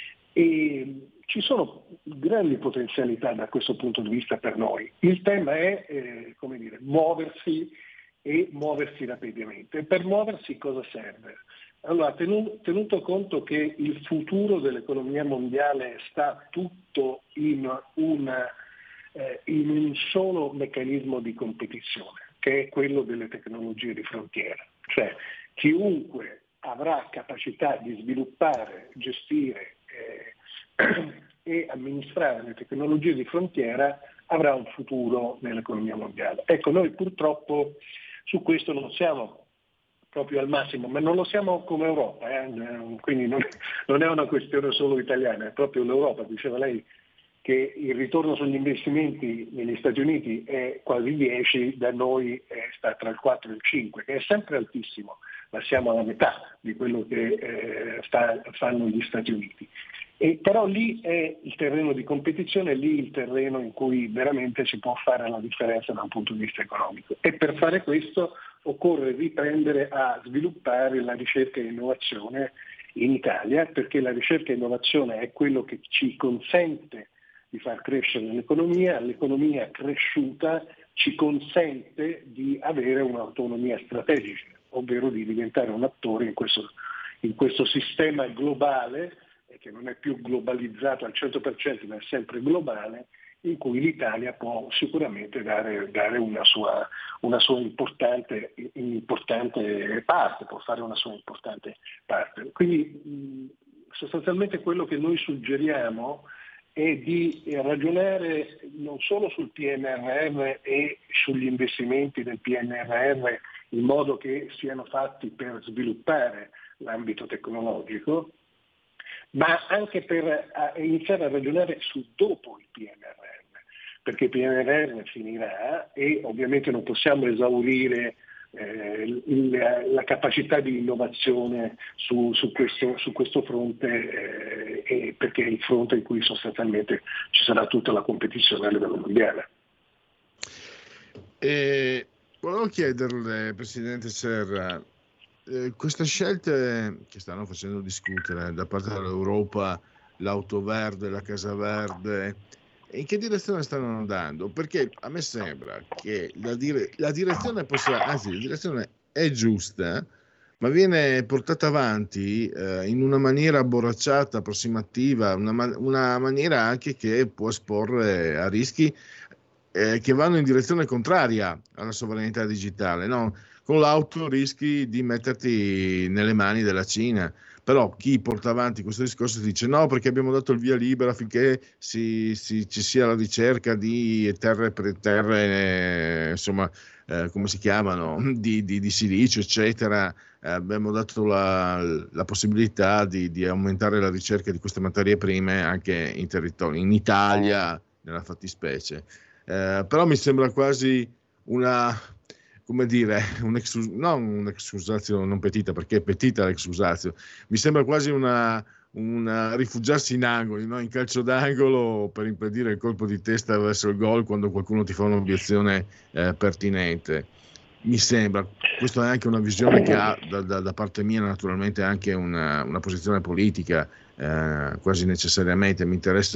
e ci sono grandi potenzialità da questo punto di vista per noi. Il tema è eh, come dire, muoversi e muoversi rapidamente. E per muoversi cosa serve? Allora, tenuto conto che il futuro dell'economia mondiale sta tutto in, una, eh, in un solo meccanismo di competizione, che è quello delle tecnologie di frontiera. Cioè, chiunque avrà capacità di sviluppare, gestire eh, e amministrare le tecnologie di frontiera avrà un futuro nell'economia mondiale. Ecco, noi purtroppo su questo non siamo proprio al massimo, ma non lo siamo come Europa, eh? Quindi non, non è una questione solo italiana, è proprio l'Europa. Diceva lei che il ritorno sugli investimenti negli Stati Uniti è quasi dieci, da noi è, sta tra il quattro e il cinque, che è sempre altissimo, ma siamo alla metà di quello che eh, sta, fanno gli Stati Uniti. E però lì è il terreno di competizione, è lì il terreno in cui veramente si può fare la differenza da un punto di vista economico. E per fare questo occorre riprendere a sviluppare la ricerca e l'innovazione in Italia, perché la ricerca e l'innovazione è quello che ci consente di far crescere l'economia, l'economia cresciuta ci consente di avere un'autonomia strategica, ovvero di diventare un attore in questo, in questo sistema globale, che non è più globalizzato al cento per cento ma è sempre globale, in cui l'Italia può sicuramente dare, dare una sua, una sua importante, importante parte, può fare una sua importante parte. Quindi mh, sostanzialmente quello che noi suggeriamo è di ragionare non solo sul P N R R e sugli investimenti del P N R R in modo che siano fatti per sviluppare l'ambito tecnologico, ma anche per iniziare a ragionare su dopo il P N R R, perché il P N R R finirà e ovviamente non possiamo esaurire eh, il, la capacità di innovazione su, su, questo, su questo fronte, eh, perché è il fronte in cui sostanzialmente ci sarà tutta la competizione a livello mondiale. E volevo chiederle, Presidente Serra, Eh, queste scelte che stanno facendo discutere da parte dell'Europa, l'auto verde, la casa verde, in che direzione stanno andando? Perché a me sembra che la, dire- la direzione possa, anzi la direzione è giusta, ma viene portata avanti eh, in una maniera abborracciata, approssimativa, una, man- una maniera anche che può esporre a rischi eh, che vanno in direzione contraria alla sovranità digitale, no? Con l'auto rischi di metterti nelle mani della Cina, però chi porta avanti questo discorso dice no, perché abbiamo dato il via libera affinché si, si, ci sia la ricerca di terre, terre eh, insomma, eh, come si chiamano, di, di, di silicio, eccetera. Eh, abbiamo dato la, la possibilità di, di aumentare la ricerca di queste materie prime anche in territorio, in Italia, nella fattispecie. Eh, però mi sembra quasi una... come dire, un ex, non un'excusatio non petita, perché è petita l'excusatio, mi sembra quasi una, una rifugiarsi in angoli, no? In calcio d'angolo per impedire il colpo di testa verso il gol quando qualcuno ti fa un'obiezione eh, pertinente. Mi sembra, questa è anche una visione che ha da, da, da parte mia naturalmente anche una, una posizione politica eh, quasi necessariamente, mi interessa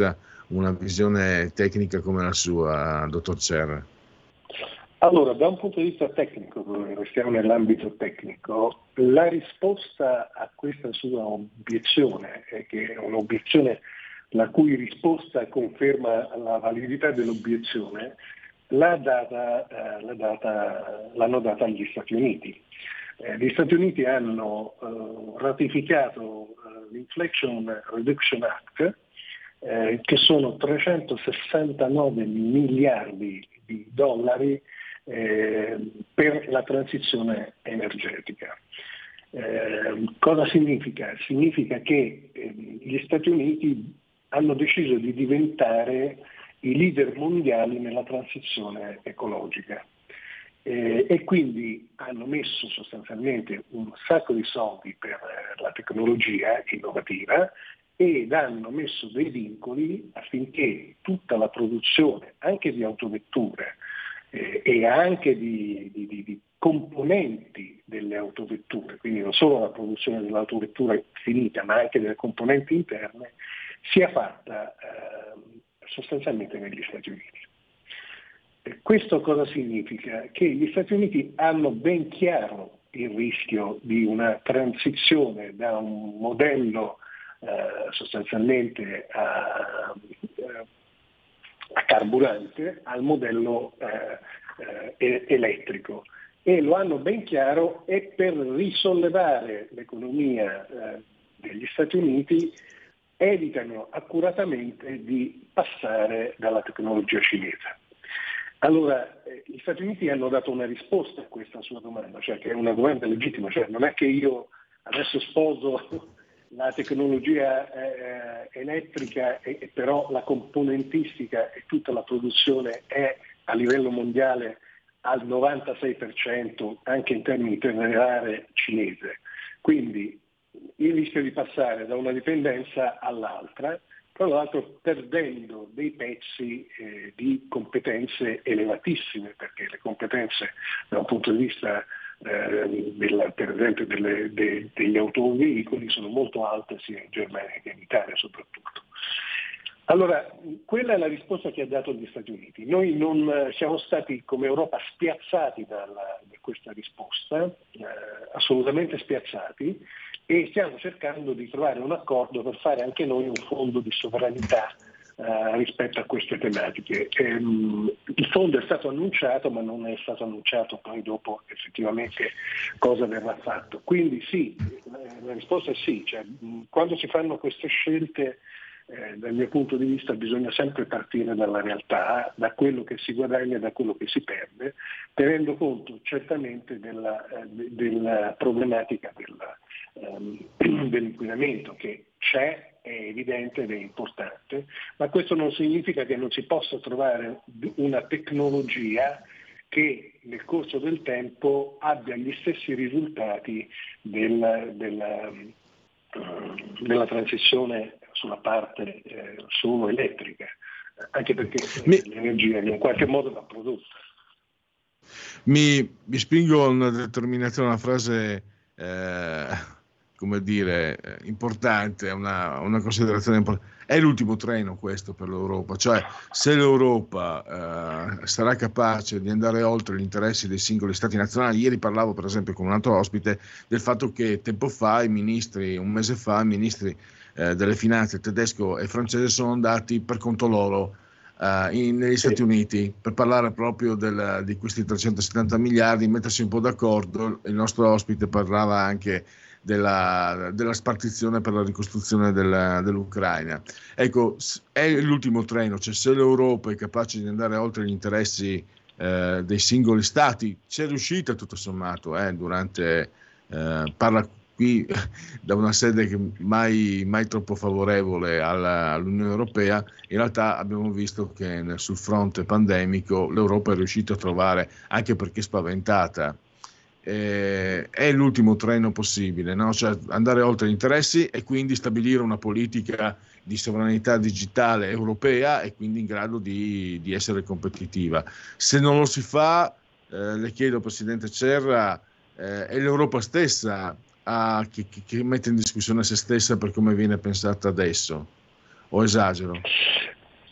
una visione tecnica come la sua, dottor Cerra? Allora, da un punto di vista tecnico, restiamo nell'ambito tecnico, la risposta a questa sua obiezione, è che è un'obiezione la cui risposta conferma la validità dell'obiezione, l'ha data, eh, l'ha data, l'hanno data gli Stati Uniti. Eh, gli Stati Uniti hanno eh, ratificato eh, l'Inflation Reduction Act, eh, che sono trecentosessantanove miliardi di dollari eh, per la transizione energetica. Eh, cosa significa? Significa che eh, gli Stati Uniti hanno deciso di diventare i leader mondiali nella transizione ecologica eh, e quindi hanno messo sostanzialmente un sacco di soldi per la tecnologia innovativa ed hanno messo dei vincoli affinché tutta la produzione anche di autovetture eh, e anche di, di, di, di componenti delle autovetture, quindi non solo la produzione dell'autovettura finita ma anche delle componenti interne, sia fatta eh, sostanzialmente negli Stati Uniti. E questo cosa significa? Che gli Stati Uniti hanno ben chiaro il rischio di una transizione da un modello eh, sostanzialmente a, a carburante al modello eh, eh, elettrico, e lo hanno ben chiaro, e per risollevare l'economia eh, degli Stati Uniti evitano accuratamente di passare dalla tecnologia cinese. Allora, eh, gli Stati Uniti hanno dato una risposta a questa sua domanda, cioè che è una domanda legittima, cioè non è che io adesso sposo la tecnologia eh, elettrica e, e però la componentistica e tutta la produzione è a livello mondiale al novantasei per cento anche in termini terrenari cinese. Quindi il rischio di passare da una dipendenza all'altra, tra l'altro perdendo dei pezzi eh, di competenze elevatissime, perché le competenze da un punto di vista eh, della, per esempio delle, de, degli autoveicoli sono molto alte sia in Germania che in Italia soprattutto. Allora, quella è la risposta che ha dato gli Stati Uniti. Noi non siamo stati come Europa spiazzati dalla, da questa risposta, eh, assolutamente spiazzati, e stiamo cercando di trovare un accordo per fare anche noi un fondo di sovranità eh, rispetto a queste tematiche. Ehm, il fondo è stato annunciato, ma non è stato annunciato poi dopo effettivamente cosa verrà fatto. Quindi sì, la risposta è sì, cioè, quando si fanno queste scelte, Eh, dal mio punto di vista bisogna sempre partire dalla realtà, da quello che si guadagna e da quello che si perde, tenendo conto certamente della, eh, della problematica della, ehm, dell'inquinamento che c'è, è evidente ed è importante, ma questo non significa che non si possa trovare una tecnologia che nel corso del tempo abbia gli stessi risultati del, della, della transizione sulla parte eh, solo elettrica, anche perché mi, l'energia in qualche modo va prodotta. Mi, mi spingo a una determinata una frase, eh, come dire, importante, una, una considerazione importante. È l'ultimo treno questo per l'Europa, cioè se l'Europa eh, sarà capace di andare oltre gli interessi dei singoli stati nazionali. Ieri parlavo per esempio con un altro ospite del fatto che tempo fa i ministri, un mese fa, i ministri eh, delle finanze tedesco e francese sono andati per conto loro eh, in, negli Stati sì. Uniti per parlare proprio del, di questi trecentosettanta miliardi, mettersi un po' d'accordo. Il nostro ospite parlava anche Della, della spartizione per la ricostruzione della, dell'Ucraina. Ecco, è l'ultimo treno, cioè se l'Europa è capace di andare oltre gli interessi eh, dei singoli stati, c'è riuscita tutto sommato, eh, durante, eh, parla qui da una sede che mai, mai troppo favorevole alla, all'Unione Europea, in realtà abbiamo visto che nel, sul fronte pandemico l'Europa è riuscita a trovare, anche perché spaventata, Eh, è l'ultimo treno possibile, no? Cioè andare oltre gli interessi e quindi stabilire una politica di sovranità digitale europea e quindi in grado di, di essere competitiva. Se non lo si fa, eh, le chiedo, Presidente Cerra, eh, è l'Europa stessa a, che, che mette in discussione se stessa per come viene pensata adesso, o esagero?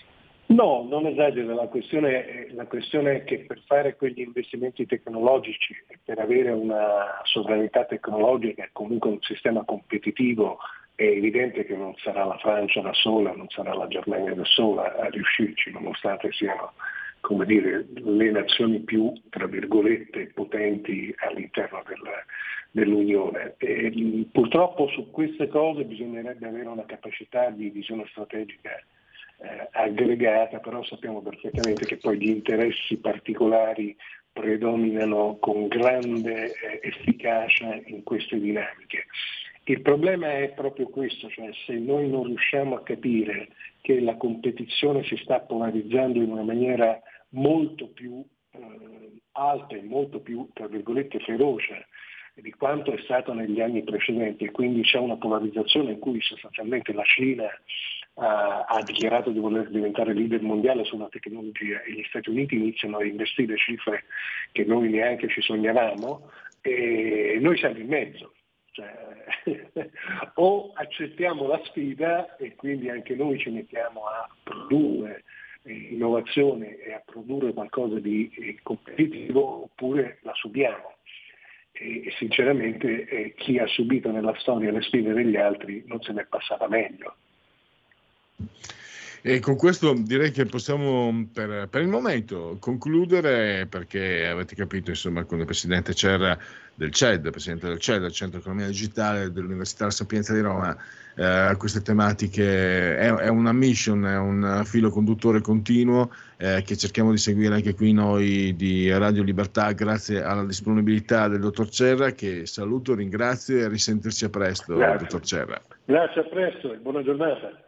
No, non esagero, la questione, la questione è che per fare quegli investimenti tecnologici e per avere una sovranità tecnologica e comunque un sistema competitivo, è evidente che non sarà la Francia da sola, non sarà la Germania da sola a riuscirci, nonostante siano, come dire, le nazioni più, tra virgolette, potenti all'interno della, dell'Unione. E, purtroppo su queste cose bisognerebbe avere una capacità di visione strategica eh, aggregata, però sappiamo perfettamente che poi gli interessi particolari predominano con grande eh, efficacia in queste dinamiche. Il problema è proprio questo, cioè se noi non riusciamo a capire che la competizione si sta polarizzando in una maniera molto più eh, alta e molto più, tra virgolette, feroce di quanto è stato negli anni precedenti, e quindi c'è una polarizzazione in cui sostanzialmente la Cina ha, ha dichiarato di voler diventare leader mondiale sulla tecnologia e gli Stati Uniti iniziano a investire cifre che noi neanche ci sognavamo e noi siamo in mezzo. Cioè, o accettiamo la sfida e quindi anche noi ci mettiamo a produrre innovazione e a produrre qualcosa di competitivo, oppure la subiamo. E, e sinceramente eh, chi ha subito nella storia le sfide degli altri non se ne è passata meglio. E con questo direi che possiamo per, per il momento concludere, perché avete capito, insomma, con il presidente Cerra del C E D, presidente del C E D, del Centro Economia Digitale dell'Università La Sapienza di Roma, eh, queste tematiche è, è una mission, è un filo conduttore continuo eh, che cerchiamo di seguire anche qui noi di Radio Libertà, grazie alla disponibilità del dottor Cerra, che saluto, ringrazio e a risentirci a presto. Grazie. Dottor Cerra. Grazie, a presto e buona giornata.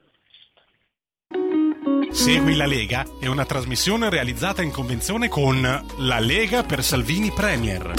Segui la Lega è una trasmissione realizzata in convenzione con La Lega per Salvini Premier.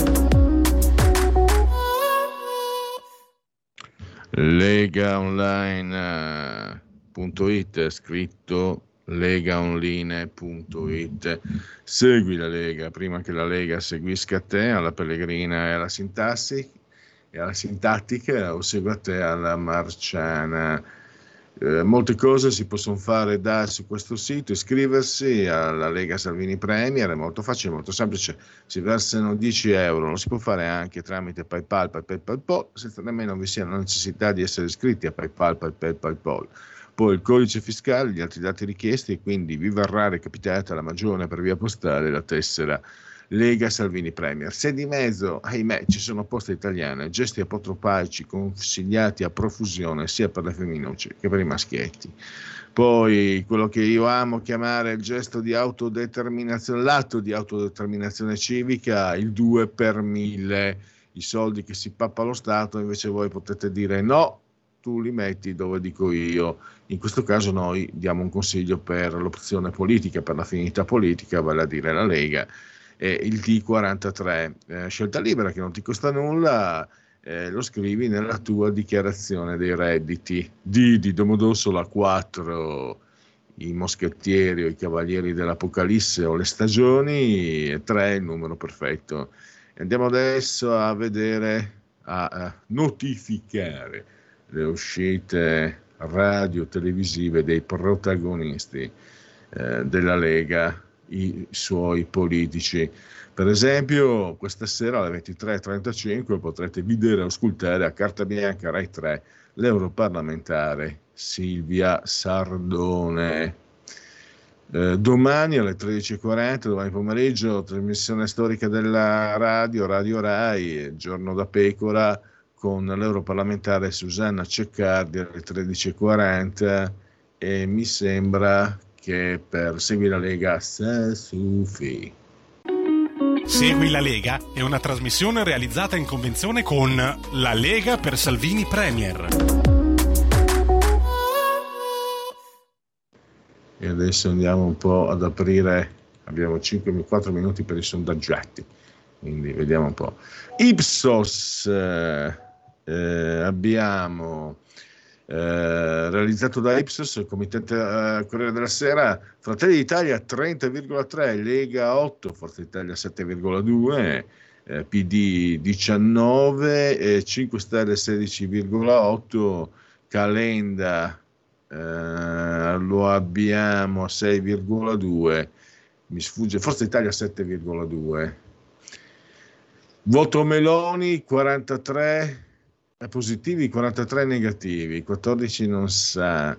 Legaonline punto it, scritto legaonline punto it. Segui la Lega prima che la Lega seguisca te, alla pellegrina e alla sintassi e alla sintattica, o segua te alla marciana. Eh, molte cose si possono fare da su questo sito, iscriversi alla Lega Salvini Premier, è molto facile, molto semplice, si versano dieci euro, lo si può fare anche tramite PayPal, PayPal, PayPal, senza nemmeno vi sia la necessità di essere iscritti a PayPal, PayPal, PayPal. Poi il codice fiscale, gli altri dati richiesti, e quindi vi verrà recapitata la magione per via postale la tessera Lega Salvini Premier. Se di mezzo, ahimè, ci sono poste italiane, gesti apotropaici consigliati a profusione sia per le femminucce che per i maschietti. Poi quello che io amo chiamare il gesto di autodeterminazione, l'atto di autodeterminazione civica, il due per mille, i soldi che si pappa lo Stato, invece voi potete dire no, tu li metti dove dico io. In questo caso noi diamo un consiglio per l'opzione politica, per l'affinità politica, vale a dire la Lega, e il D quarantatré, eh, scelta libera che non ti costa nulla, eh, lo scrivi nella tua dichiarazione dei redditi. D di Domodossola, quattro i moschettieri o i cavalieri dell'Apocalisse o le stagioni, e tre il numero perfetto. Andiamo adesso a vedere, a, a notificare le uscite radio televisive dei protagonisti eh, della Lega, i suoi politici. Per esempio questa sera alle ventitré e trentacinque potrete vedere o ascoltare a carta bianca Rai tre l'europarlamentare Silvia Sardone. Eh, domani alle tredici e quaranta, domani pomeriggio, trasmissione storica della radio, Radio Rai, Giorno da Pecora, con l'europarlamentare Susanna Ceccardi alle tredici e quaranta, e mi sembra che per Segui la Lega se suffi. Segui la Lega è una trasmissione realizzata in convenzione con La Lega per Salvini Premier. E adesso andiamo un po' ad aprire, abbiamo cinque quattro minuti per i sondaggiati, quindi vediamo un po'. Ipsos, eh, eh, abbiamo Eh, realizzato da Ipsos, il Comitato eh, Corriere della Sera, Fratelli d'Italia trenta virgola tre, Lega otto, Forza Italia sette virgola due, eh, P D diciannove, eh, cinque Stelle sedici virgola otto, Calenda eh, lo abbiamo a sei virgola due, mi sfugge, Forza Italia sette virgola due, voto Meloni quarantatré positivi, quarantatré negativi, quattordici non sa,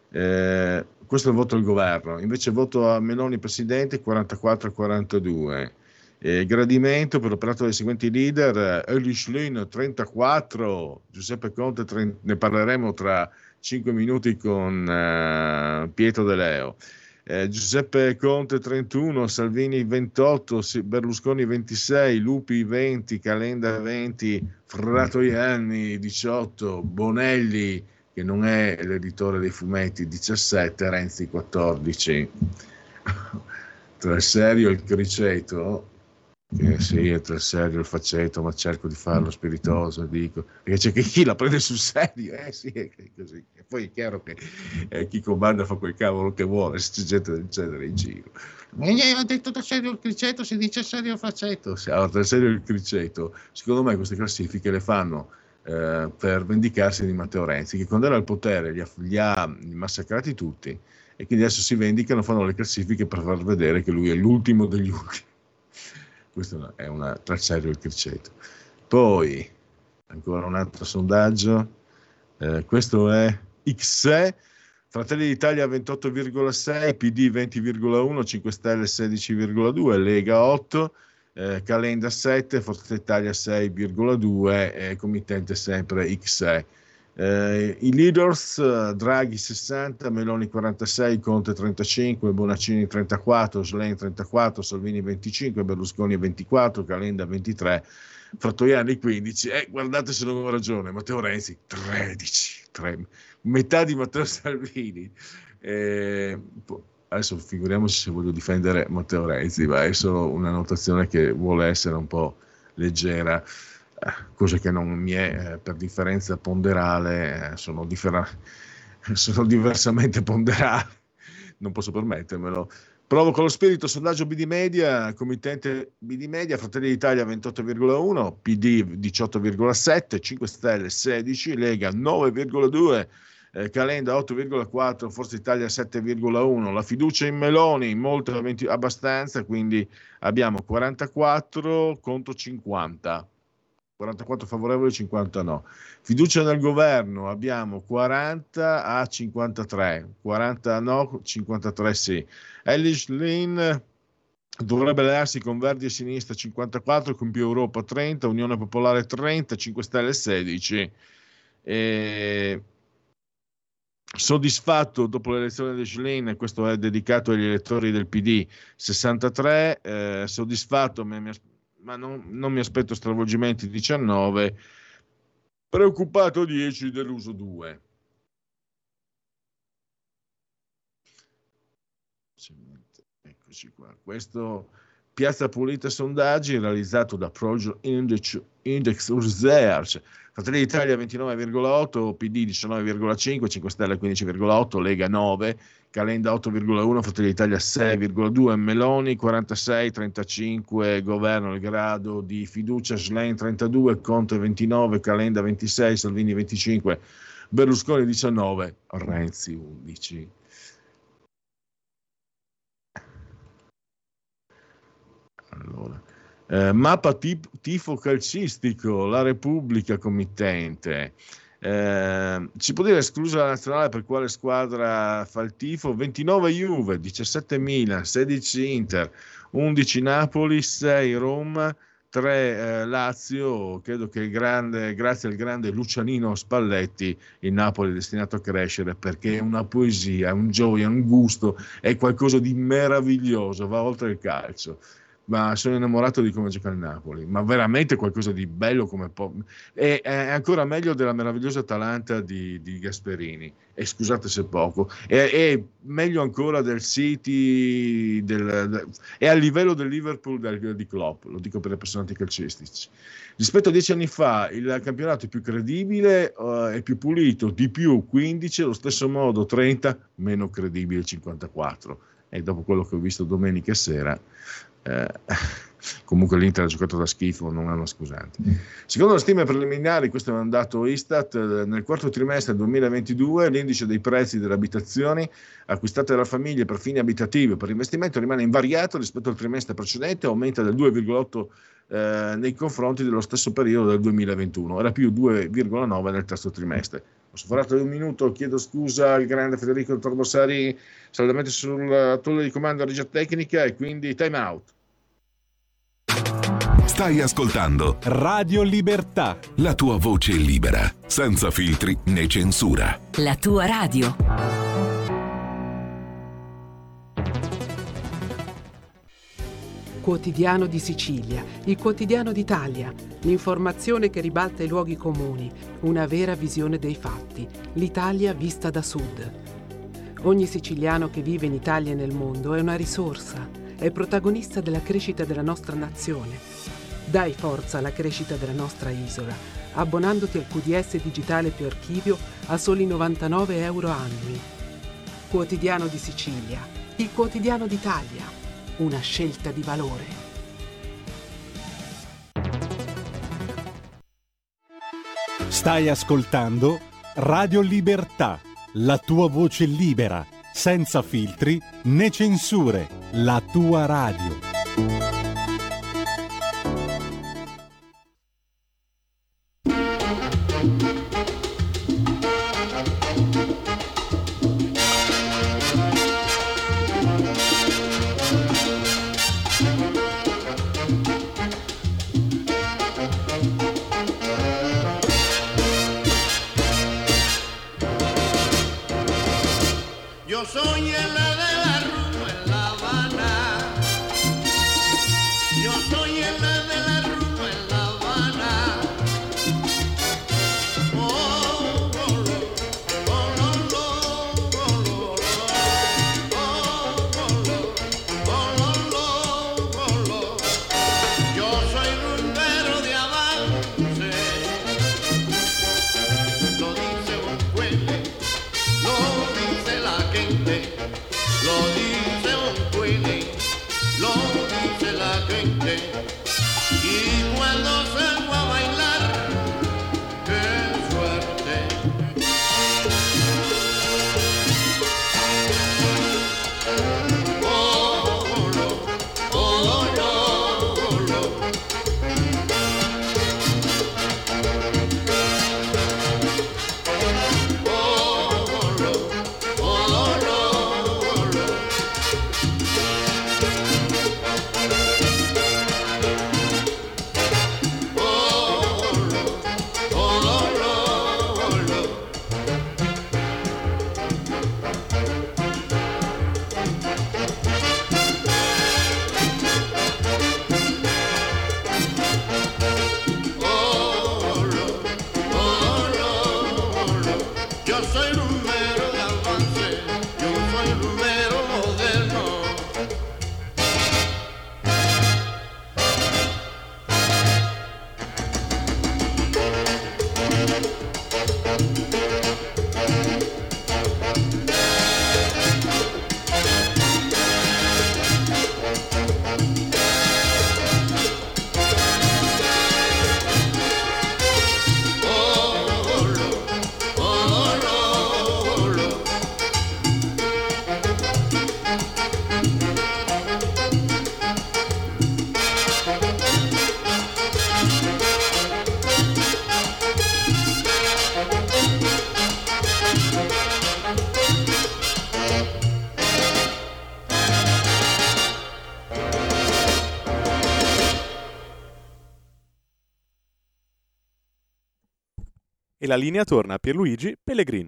eh, questo è il voto al governo, invece voto a Meloni presidente quarantaquattro a quarantadue. Eh, gradimento per l'operato dei seguenti leader: Elly Schlein trentaquattro, Giuseppe Conte trenta, ne parleremo tra cinque minuti con uh, Pietro De Leo, eh, Giuseppe Conte trentuno, Salvini ventotto, Berlusconi ventisei, Lupi venti, Calenda venti, Fratoianni diciotto, Bonelli, che non è l'editore dei fumetti, diciassette, Renzi quattordici. Tra il serio e il criceto, che sì, è tra il serio e il faceto, ma cerco di farlo spiritoso, dico, perché c'è che chi la prende sul serio, eh sì, è così. E poi è chiaro che eh, chi comanda fa quel cavolo che vuole, se c'è gente del genere in giro. Ma ha detto tra il serio e il criceto, si dice serio e il faceto. Allora, tra il serio e il criceto, secondo me queste classifiche le fanno eh, per vendicarsi di Matteo Renzi, che quando era al potere li ha, li ha massacrati tutti, e quindi adesso si vendicano, fanno le classifiche per far vedere che lui è l'ultimo degli ultimi. Questo è una, tra il serio e il criceto. Poi ancora un altro sondaggio, eh, questo è X E, Fratelli d'Italia ventotto virgola sei, P D venti virgola uno, cinque Stelle sedici virgola due, Lega otto, eh, Calenda sette, Forza Italia sei virgola due, eh, committente sempre X E. Eh, I leaders: Draghi sessanta, Meloni quarantasei, Conte trentacinque, Bonaccini trentaquattro, Schlein trentaquattro, Salvini venticinque, Berlusconi ventiquattro, Calenda ventitré, Fratoianni quindici. E eh, guardate se non ho ragione, Matteo Renzi tredici, tre, metà di Matteo Salvini. Eh, adesso figuriamoci se voglio difendere Matteo Renzi, ma è solo una notazione che vuole essere un po' leggera, cosa che non mi è, eh, per differenza ponderale, eh, sono, differ- sono diversamente ponderale, non posso permettermelo. Provo con lo spirito. Sondaggio B D Media, committente B D Media: Fratelli d'Italia ventotto virgola uno, P D diciotto virgola sette, cinque Stelle sedici, Lega nove virgola due, eh, Calenda otto virgola quattro, Forza Italia sette virgola uno. La fiducia in Meloni molto, abbastanza, quindi abbiamo quarantaquattro contro cinquanta. quarantaquattro favorevoli, cinquanta no. Fiducia nel governo abbiamo quaranta a cinquantatré, quaranta no, cinquantatré sì. Elly Schlein dovrebbe allearsi con Verdi e Sinistra cinquantaquattro, con Più Europa trenta, Unione Popolare trenta, cinque Stelle sedici. E... soddisfatto dopo l'elezione di Schlein, questo è dedicato agli elettori del P D, sessantatré, eh, soddisfatto, mi, mi ma non, non mi aspetto stravolgimenti, diciannove, preoccupato dieci, deluso due. Eccoci qua. Questo Piazza Pulita sondaggi realizzato da Project Index, Index Research. Fratelli d'Italia ventinove virgola otto, P D diciannove virgola cinque, cinque Stelle quindici virgola otto, Lega nove, Calenda otto virgola uno, Fratelli d'Italia sei virgola due, Meloni quarantasei, trentacinque, governo il grado di fiducia, Schlein trentadue, Conte ventinove, Calenda ventisei, Salvini venticinque, Berlusconi diciannove, Renzi undici. Allora, eh, mappa tip, tifo calcistico, la Repubblica committente. Eh, ci può dire esclusa la nazionale per quale squadra fa il tifo? ventinove Juve, diciassette Milan, sedici Inter, undici Napoli, sei Roma, tre eh, Lazio. Credo che il grande, grazie al grande Lucianino Spalletti, il Napoli è destinato a crescere, perché è una poesia, un gioia, un gusto, è qualcosa di meraviglioso, va oltre il calcio. Ma sono innamorato di come gioca il Napoli, ma veramente qualcosa di bello, come po- è, è ancora meglio della meravigliosa Atalanta di, di Gasperini, e scusate se poco, è, è meglio ancora del City, del, del, è a livello del Liverpool del, di Klopp, lo dico per i appassionati calcistici. Rispetto a dieci anni fa il campionato è più credibile, uh, è più pulito, di più quindici, allo stesso modo trenta, meno credibile cinquantaquattro, e dopo quello che ho visto domenica sera, Eh, comunque l'Inter ha giocato da schifo, non hanno scusanti. Secondo le stime preliminari, questo è un dato Istat, nel quarto trimestre duemilaventidue l'indice dei prezzi delle abitazioni acquistate da famiglie per fini abitativi o per investimento rimane invariato rispetto al trimestre precedente, aumenta del due virgola otto eh, nei confronti dello stesso periodo del duemilaventuno, era più due virgola nove nel terzo trimestre. Ho sforato di un minuto, chiedo scusa al grande Federico Torbossari, saldamente sul tolle di comando regia tecnica, e quindi time out. Stai ascoltando Radio Libertà, la tua voce libera, senza filtri né censura. La tua radio. Quotidiano di Sicilia, il quotidiano d'Italia, l'informazione che ribalta i luoghi comuni, una vera visione dei fatti, l'Italia vista da sud. Ogni siciliano che vive in Italia e nel mondo è una risorsa, è protagonista della crescita della nostra nazione. Dai forza alla crescita della nostra isola, abbonandoti al Q D S digitale più archivio a soli novantanove euro annui. Quotidiano di Sicilia, il quotidiano d'Italia, una scelta di valore. Stai ascoltando Radio Libertà, la tua voce libera, senza filtri né censure, la tua radio. Yo soy el de la rumba en La Habana. Yo soy el de la rumba en La Habana. Oh, oh, oh, oh, oh, oh, oh, oh, oh. Yo soy rumbero de avance. Lo dice un pueblo, lo dice la gente, lo dice un Willy, lo dice la gente. Y cuando salgo a bailar, qué suerte. Oh, oh, oh, oh, oh, yo soy rumbero de avance, yo soy rumbero moderno. E la linea torna a Pierluigi Pellegrin.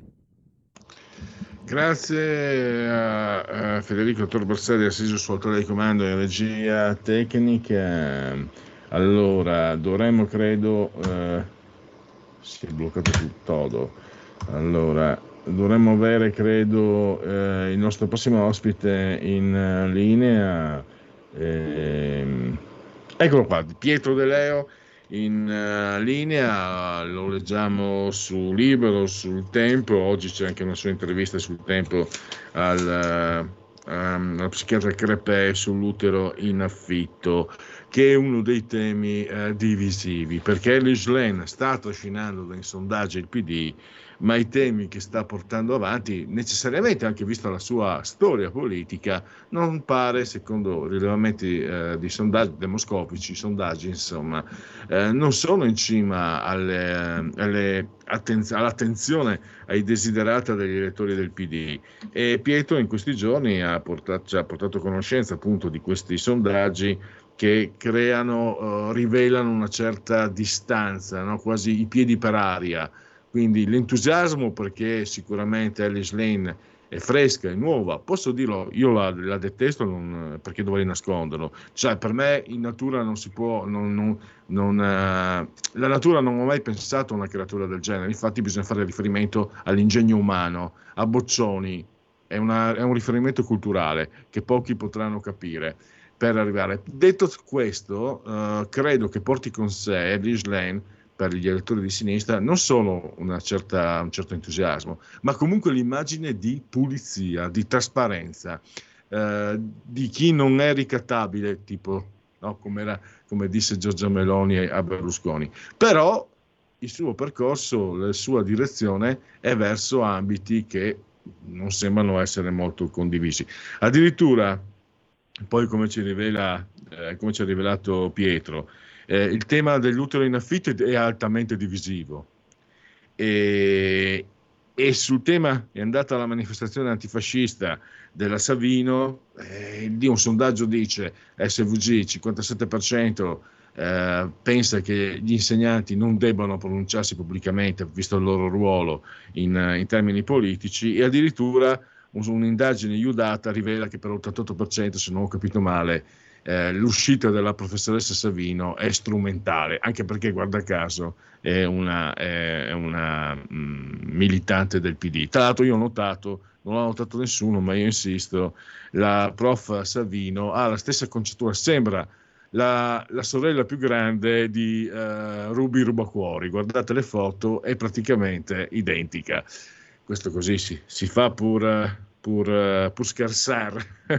Grazie a, a Federico Torborsari, assiso sul telecomando in regia tecnica. Allora, dovremmo, credo, eh, si è bloccato tutto. Allora, dovremmo avere, credo, eh, il nostro prossimo ospite in uh, linea. Eh, eccolo qua, Pietro De Leo in uh, linea, lo leggiamo su Libero, sul Tempo. Oggi c'è anche una sua intervista sul Tempo al, uh, um, al psichiatra Crepè sull'utero in affitto. che è uno dei temi eh, divisivi, perché Ellis Lane sta trascinando dai sondaggi il P D, ma i temi che sta portando avanti, necessariamente anche vista la sua storia politica, non pare, secondo rilevamenti eh, di sondaggi demoscopici, sondaggi insomma, eh, non sono in cima alle, alle attenz- all'attenzione, ai desiderata degli elettori del P D. E Pietro in questi giorni ha portato, ci ha portato a conoscenza appunto di questi sondaggi che creano, uh, rivelano una certa distanza, no? Quasi i piedi per aria. Quindi l'entusiasmo, perché sicuramente Ellis Lane è fresca, è nuova, posso dirlo, io la, la detesto, non, perché dovrei nasconderlo, cioè per me in natura non si può, non, non, non, eh, la natura non ho mai pensato a una creatura del genere, infatti bisogna fare riferimento all'ingegno umano, a Boccioni, è, una, è un riferimento culturale che pochi potranno capire per arrivare. Detto questo, eh, credo che porti con sé Ellis Lane, per gli elettori di sinistra, non solo una certa, un certo entusiasmo, ma comunque l'immagine di pulizia, di trasparenza, eh, di chi non è ricattabile, tipo, no, come, era, come disse Giorgia Meloni a Berlusconi. Però il suo percorso, la sua direzione è verso ambiti che non sembrano essere molto condivisi. Addirittura, poi come ci rivela, eh, come ci ha rivelato Pietro, Eh, il tema dell'utero in affitto è altamente divisivo e, e sul tema è andata la manifestazione antifascista della Savino, eh, di un sondaggio dice S V G cinquantasette per cento eh, pensa che gli insegnanti non debbano pronunciarsi pubblicamente visto il loro ruolo in, in termini politici, e addirittura un'indagine Iudata rivela che per l'ottantotto per cento, se non ho capito male, Eh, l'uscita della professoressa Savino è strumentale, anche perché guarda caso è una, è una mh, militante del P D. Tra l'altro io ho notato, non l'ha notato nessuno, ma io insisto, la prof Savino ha la stessa concettura, sembra la, la sorella più grande di uh, Ruby Rubacuori, guardate le foto, è praticamente identica. Questo così si, si fa pur... Pur, pur scherzare.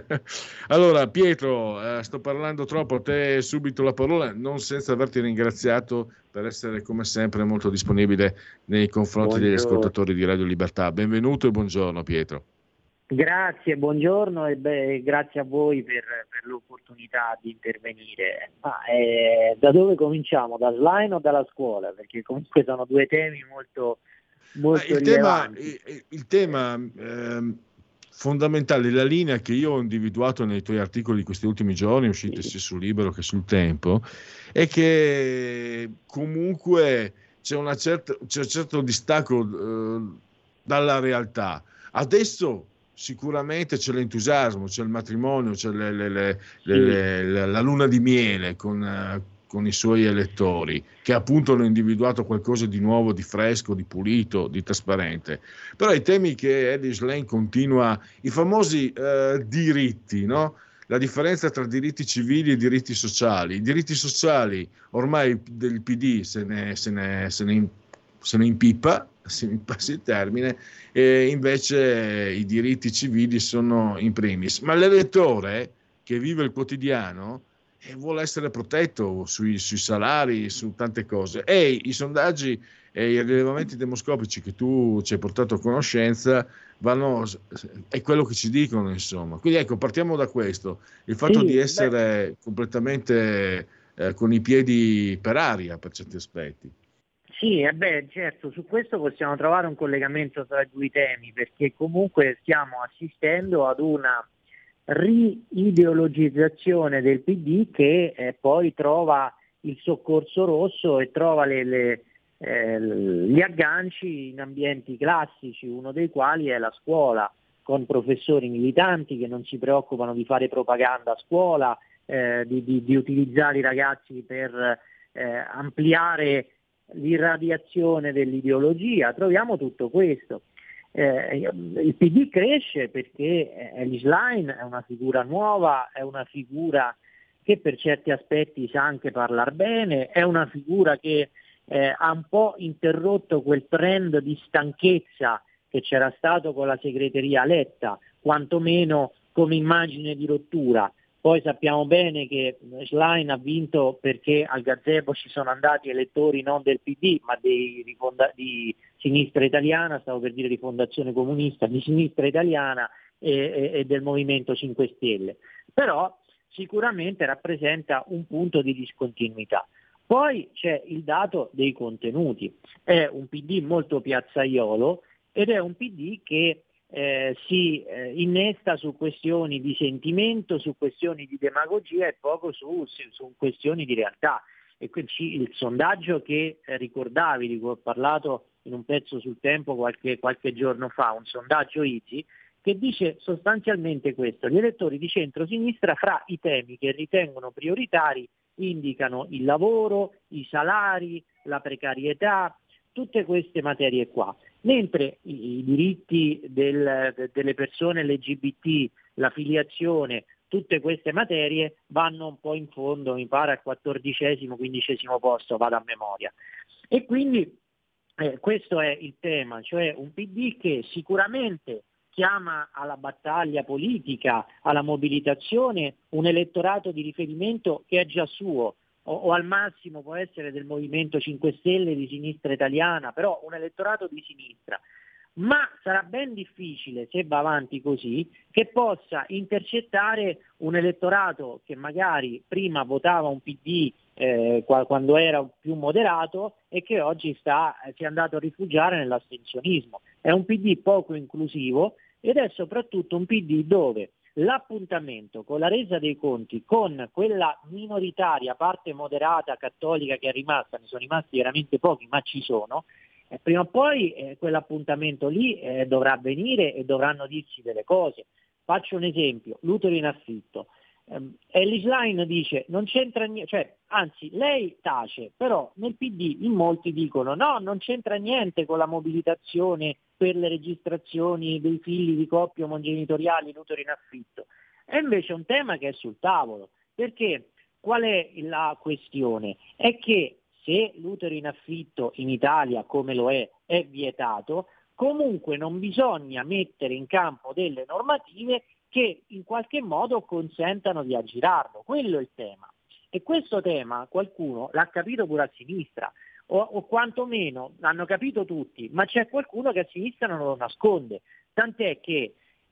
Allora Pietro, eh, sto parlando troppo, a te subito la parola, non senza averti ringraziato per essere come sempre molto disponibile nei confronti buongiorno. Degli ascoltatori di Radio Libertà. Benvenuto e buongiorno Pietro. Grazie, buongiorno e beh, grazie a voi per, per l'opportunità di intervenire. Ma, eh, da dove cominciamo? Da Slime o dalla scuola? Perché comunque sono due temi molto, molto il tema, rilevanti. il, il tema ehm, fondamentale, la linea che io ho individuato nei tuoi articoli di questi ultimi giorni, usciti sia sul Libero che sul Tempo, è che comunque c'è, una certa, c'è un certo distacco eh, dalla realtà. Adesso sicuramente c'è l'entusiasmo, c'è il matrimonio, c'è le, le, le, sì. le, le, la luna di miele con, uh, con i suoi elettori, che appunto hanno individuato qualcosa di nuovo, di fresco, di pulito, di trasparente. Però i temi che Ellis Lane continua, i famosi uh, diritti, no? La differenza tra diritti civili e diritti sociali. I diritti sociali ormai del P D se ne, se ne, se ne, se ne impippa, se mi passi il termine, e invece i diritti civili sono in primis. Ma l'elettore che vive il quotidiano e vuole essere protetto sui, sui salari, su tante cose. E i sondaggi e i rilevamenti demoscopici che tu ci hai portato a conoscenza vanno, è quello che ci dicono, insomma. Quindi ecco, partiamo da questo, il fatto sì, di essere beh. completamente eh, con i piedi per aria per certi aspetti. Sì, eh beh, certo, su questo possiamo trovare un collegamento tra i due temi, perché comunque stiamo assistendo ad una riideologizzazione del P D che eh, poi trova il soccorso rosso e trova le, le, eh, gli agganci in ambienti classici, uno dei quali è la scuola, con professori militanti che non si preoccupano di fare propaganda a scuola, eh, di, di, di utilizzare i ragazzi per eh, ampliare l'irradiazione dell'ideologia. Troviamo tutto questo. Eh, il P D cresce perché Ellis Lane è una figura nuova, è una figura che per certi aspetti sa anche parlare bene, è una figura che eh, ha un po' interrotto quel trend di stanchezza che c'era stato con la segreteria Letta, quantomeno come immagine di rottura. Poi sappiamo bene che Schlein ha vinto perché al gazebo ci sono andati elettori non del P D ma dei rifonda- di Sinistra Italiana, stavo per dire Rifondazione Comunista, di Sinistra Italiana e, e, e del Movimento cinque Stelle. Però sicuramente rappresenta un punto di discontinuità. Poi c'è il dato dei contenuti, è un P D molto piazzaiolo ed è un P D che eh, si eh, innesta su questioni di sentimento, su questioni di demagogia e poco su, su, su questioni di realtà. E il sondaggio che eh, ricordavi, di cui ho parlato in un pezzo sul Tempo qualche, qualche giorno fa, un sondaggio I T I, che dice sostanzialmente questo: gli elettori di centro-sinistra fra i temi che ritengono prioritari indicano il lavoro, i salari, la precarietà, tutte queste materie qua, mentre i, i diritti del, de, delle persone L G B T, la filiazione, tutte queste materie vanno un po' in fondo, mi pare al quattordicesimo, quindicesimo posto, vado a memoria. E quindi eh, questo è il tema, cioè un P D che sicuramente chiama alla battaglia politica, alla mobilitazione, un elettorato di riferimento che è già suo, o, o al massimo può essere del Movimento cinque Stelle, di Sinistra Italiana, però un elettorato di sinistra. Ma sarà ben difficile, se va avanti così, che possa intercettare un elettorato che magari prima votava un P D eh, quando era più moderato e che oggi sta, si è andato a rifugiare nell'astensionismo. È un P D poco inclusivo ed è soprattutto un P D dove l'appuntamento con la resa dei conti, con quella minoritaria parte moderata cattolica che è rimasta, ne sono rimasti veramente pochi ma ci sono, eh, prima o poi eh, quell'appuntamento lì eh, dovrà avvenire e dovranno dirsi delle cose. Faccio un esempio, l'utero in affitto. Um, Elly Schlein dice non c'entra niente, cioè anzi lei tace, però nel P D in molti dicono no, non c'entra niente con la mobilitazione per le registrazioni dei figli di coppie omogenitoriali, l'utero in affitto. È invece un tema che è sul tavolo, perché qual è la questione? È che se l'utero in affitto in Italia, come lo è, è vietato, comunque non bisogna mettere in campo delle normative che in qualche modo consentano di aggirarlo. Quello è il tema. E questo tema qualcuno l'ha capito pure a sinistra, o, o quantomeno l'hanno capito tutti, ma c'è qualcuno che a sinistra non lo nasconde. Tant'è che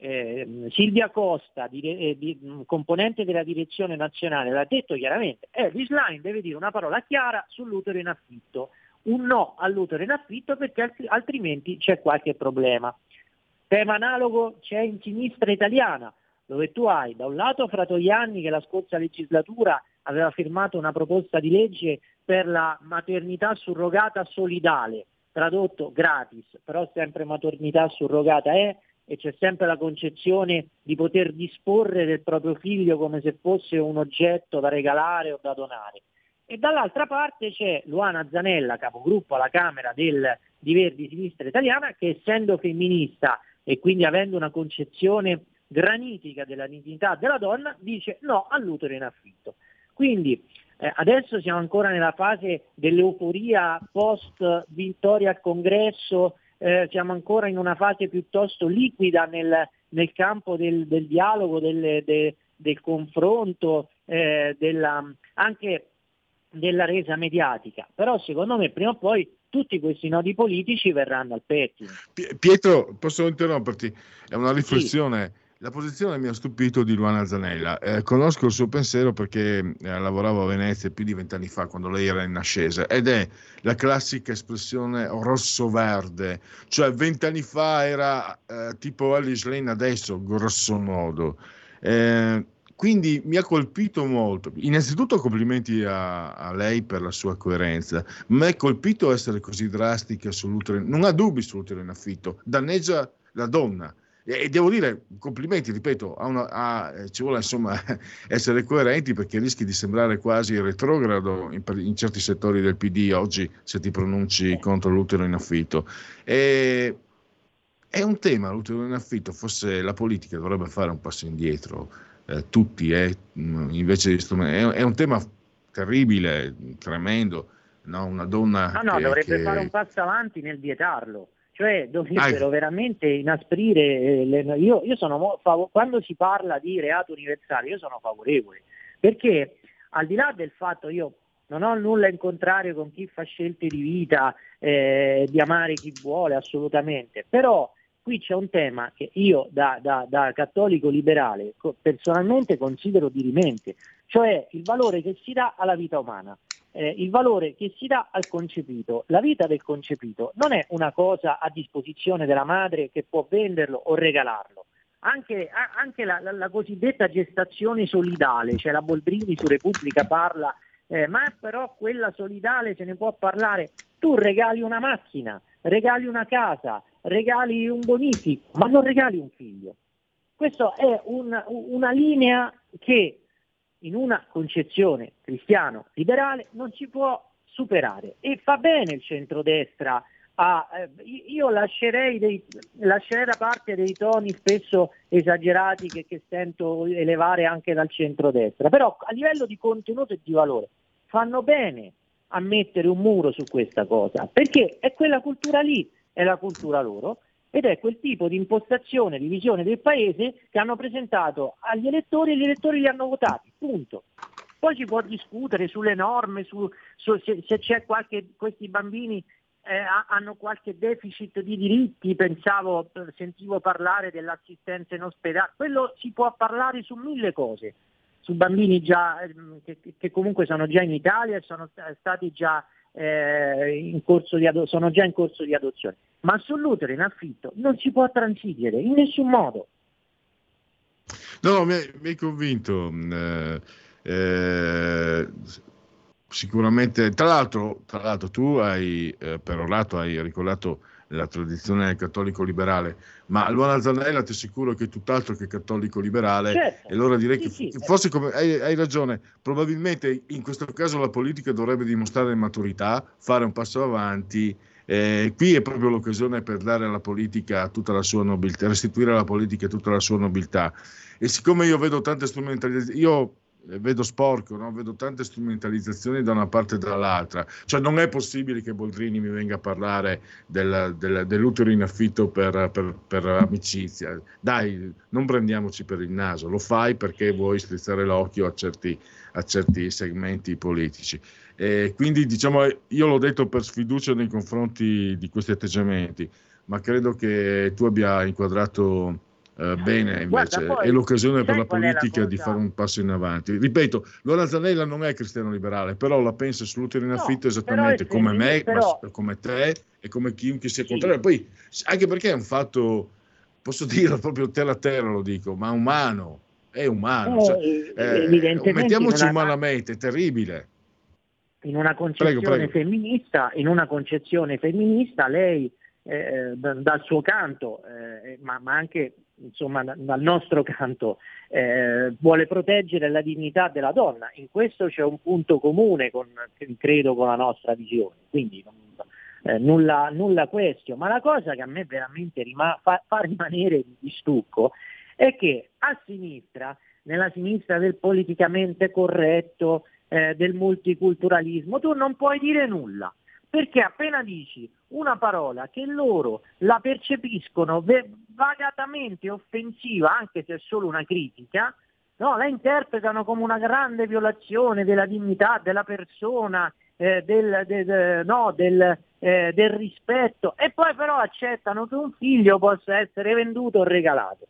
eh, Silvia Costa, di, eh, di, componente della direzione nazionale, l'ha detto chiaramente, eh, Elly Schlein deve dire una parola chiara sull'utero in affitto, un no all'utero in affitto perché altrimenti c'è qualche problema. Tema analogo c'è in Sinistra Italiana, dove tu hai da un lato Fratoianni che la scorsa legislatura aveva firmato una proposta di legge per la maternità surrogata solidale, tradotto gratis, però sempre maternità surrogata è, e c'è sempre la concezione di poter disporre del proprio figlio come se fosse un oggetto da regalare o da donare. E dall'altra parte c'è Luana Zanella, capogruppo alla Camera del, di Verdi Sinistra Italiana, che essendo femminista e quindi avendo una concezione granitica della dignità della donna, dice no all'utero in affitto. Quindi eh, adesso siamo ancora nella fase dell'euforia post vittoria al congresso, eh, siamo ancora in una fase piuttosto liquida nel, nel campo del, del dialogo, del, de, del confronto, eh, della, anche della resa mediatica, però secondo me prima o poi tutti questi nodi politici verranno al pettine. Pietro, posso interromperti? È una riflessione. Sì. La posizione mi ha stupito di Luana Zanella. Eh, conosco il suo pensiero perché eh, lavoravo a Venezia più di vent'anni fa, quando lei era in ascesa, ed è la classica espressione rosso-verde, cioè vent'anni fa era eh, tipo Elly Schlein adesso, grosso modo. Eh, Quindi mi ha colpito molto. Innanzitutto complimenti a, a lei per la sua coerenza. Mi è colpito essere così drastica sull'utero. Non ha dubbi sull'utero in affitto, danneggia la donna. E, e devo dire complimenti, ripeto, a una, a, ci vuole insomma essere coerenti, perché rischi di sembrare quasi retrogrado in, in certi settori del P D oggi se ti pronunci contro l'utero in affitto. E, è un tema, l'utero in affitto, forse la politica dovrebbe fare un passo indietro. Eh, tutti eh, invece di strumenti, è, è un tema terribile, tremendo, no? Una donna no no che, dovrebbe che... fare un passo avanti nel vietarlo, cioè dovrebbero ah, veramente inasprire le, io, io sono fav- quando si parla di reato universale io sono favorevole, perché al di là del fatto, io non ho nulla in contrario con chi fa scelte di vita, eh, di amare chi vuole, assolutamente, però qui c'è un tema che io da, da, da cattolico liberale personalmente considero dirimente, cioè il valore che si dà alla vita umana, eh, il valore che si dà al concepito. La vita del concepito non è una cosa a disposizione della madre che può venderlo o regalarlo. Anche, anche la, la, la cosiddetta gestazione solidale, cioè la Boldrini su Repubblica parla, eh, ma però quella solidale se ne può parlare. Tu regali una macchina, regali una casa, regali un bonifico, ma non regali un figlio. Questa è un, una linea che in una concezione cristiano-liberale non si può superare, e fa bene il centrodestra. Ah, io lascerei, dei, lascerei da parte dei toni spesso esagerati che, che sento elevare anche dal centrodestra, però a livello di contenuto e di valore fanno bene a mettere un muro su questa cosa, perché è quella cultura lì, è la cultura loro, ed è quel tipo di impostazione, di visione del paese che hanno presentato agli elettori e gli elettori li hanno votati, punto. Poi si può discutere sulle norme, su, su se, se c'è qualche, questi bambini Eh, hanno qualche deficit di diritti, pensavo, sentivo parlare dell'assistenza in ospedale, quello si può parlare su mille cose, su bambini già che, che comunque sono già in Italia e sono stati già eh, in corso di ado- sono già in corso di adozione, ma sull'utero in affitto non si può transigere in nessun modo. No, mi hai, mi hai convinto. Eh, eh, Sicuramente, tra l'altro, tra l'altro tu hai eh, perorato, hai ricordato la tradizione cattolico-liberale, ma Luana Zanella ti assicuro che è tutt'altro che cattolico-liberale, certo. E allora direi sì, che sì, forse come, hai, hai ragione, probabilmente in questo caso la politica dovrebbe dimostrare maturità, fare un passo avanti. Eh, qui è proprio l'occasione per dare alla politica tutta la sua nobiltà, restituire alla politica tutta la sua nobiltà. E siccome io vedo tante strumentalizzazioni, io vedo sporco, no? Vedo tante strumentalizzazioni da una parte e dall'altra, cioè non è possibile che Boldrini mi venga a parlare del, del, dell'utero in affitto per, per, per amicizia. Dai, non prendiamoci per il naso, lo fai perché vuoi strizzare l'occhio a certi, a certi segmenti politici. E quindi diciamo, io l'ho detto per sfiducia nei confronti di questi atteggiamenti, ma credo che tu abbia inquadrato Uh, bene, invece Guarda, poi, è l'occasione per la politica la di fare un passo in avanti. Ripeto, Luana Zanella non è cristiano liberale, però la pensa sull'utero in affitto no, esattamente come me, però... ma come te e come chiunque sia sì. contrario. Poi, anche perché è un fatto, posso dirlo proprio terra a terra, lo dico, ma umano, è umano. Eh, cioè, eh, mettiamoci una... umanamente, è terribile. In una concezione prego, prego. femminista, in una concezione femminista, lei eh, dal suo canto, eh, ma, ma anche insomma dal nostro canto, eh, vuole proteggere la dignità della donna. In questo c'è un punto comune con, credo, con la nostra visione, quindi non, eh, nulla, nulla question. Ma la cosa che a me veramente rima- fa, fa rimanere di stucco è che a sinistra, nella sinistra del politicamente corretto, eh, del multiculturalismo, tu non puoi dire nulla, perché appena dici una parola che loro la percepiscono ve- vagatamente offensiva, anche se è solo una critica, no, la interpretano come una grande violazione della dignità della persona, eh, del, de, de, no, del, eh, del rispetto, e poi però accettano che un figlio possa essere venduto o regalato.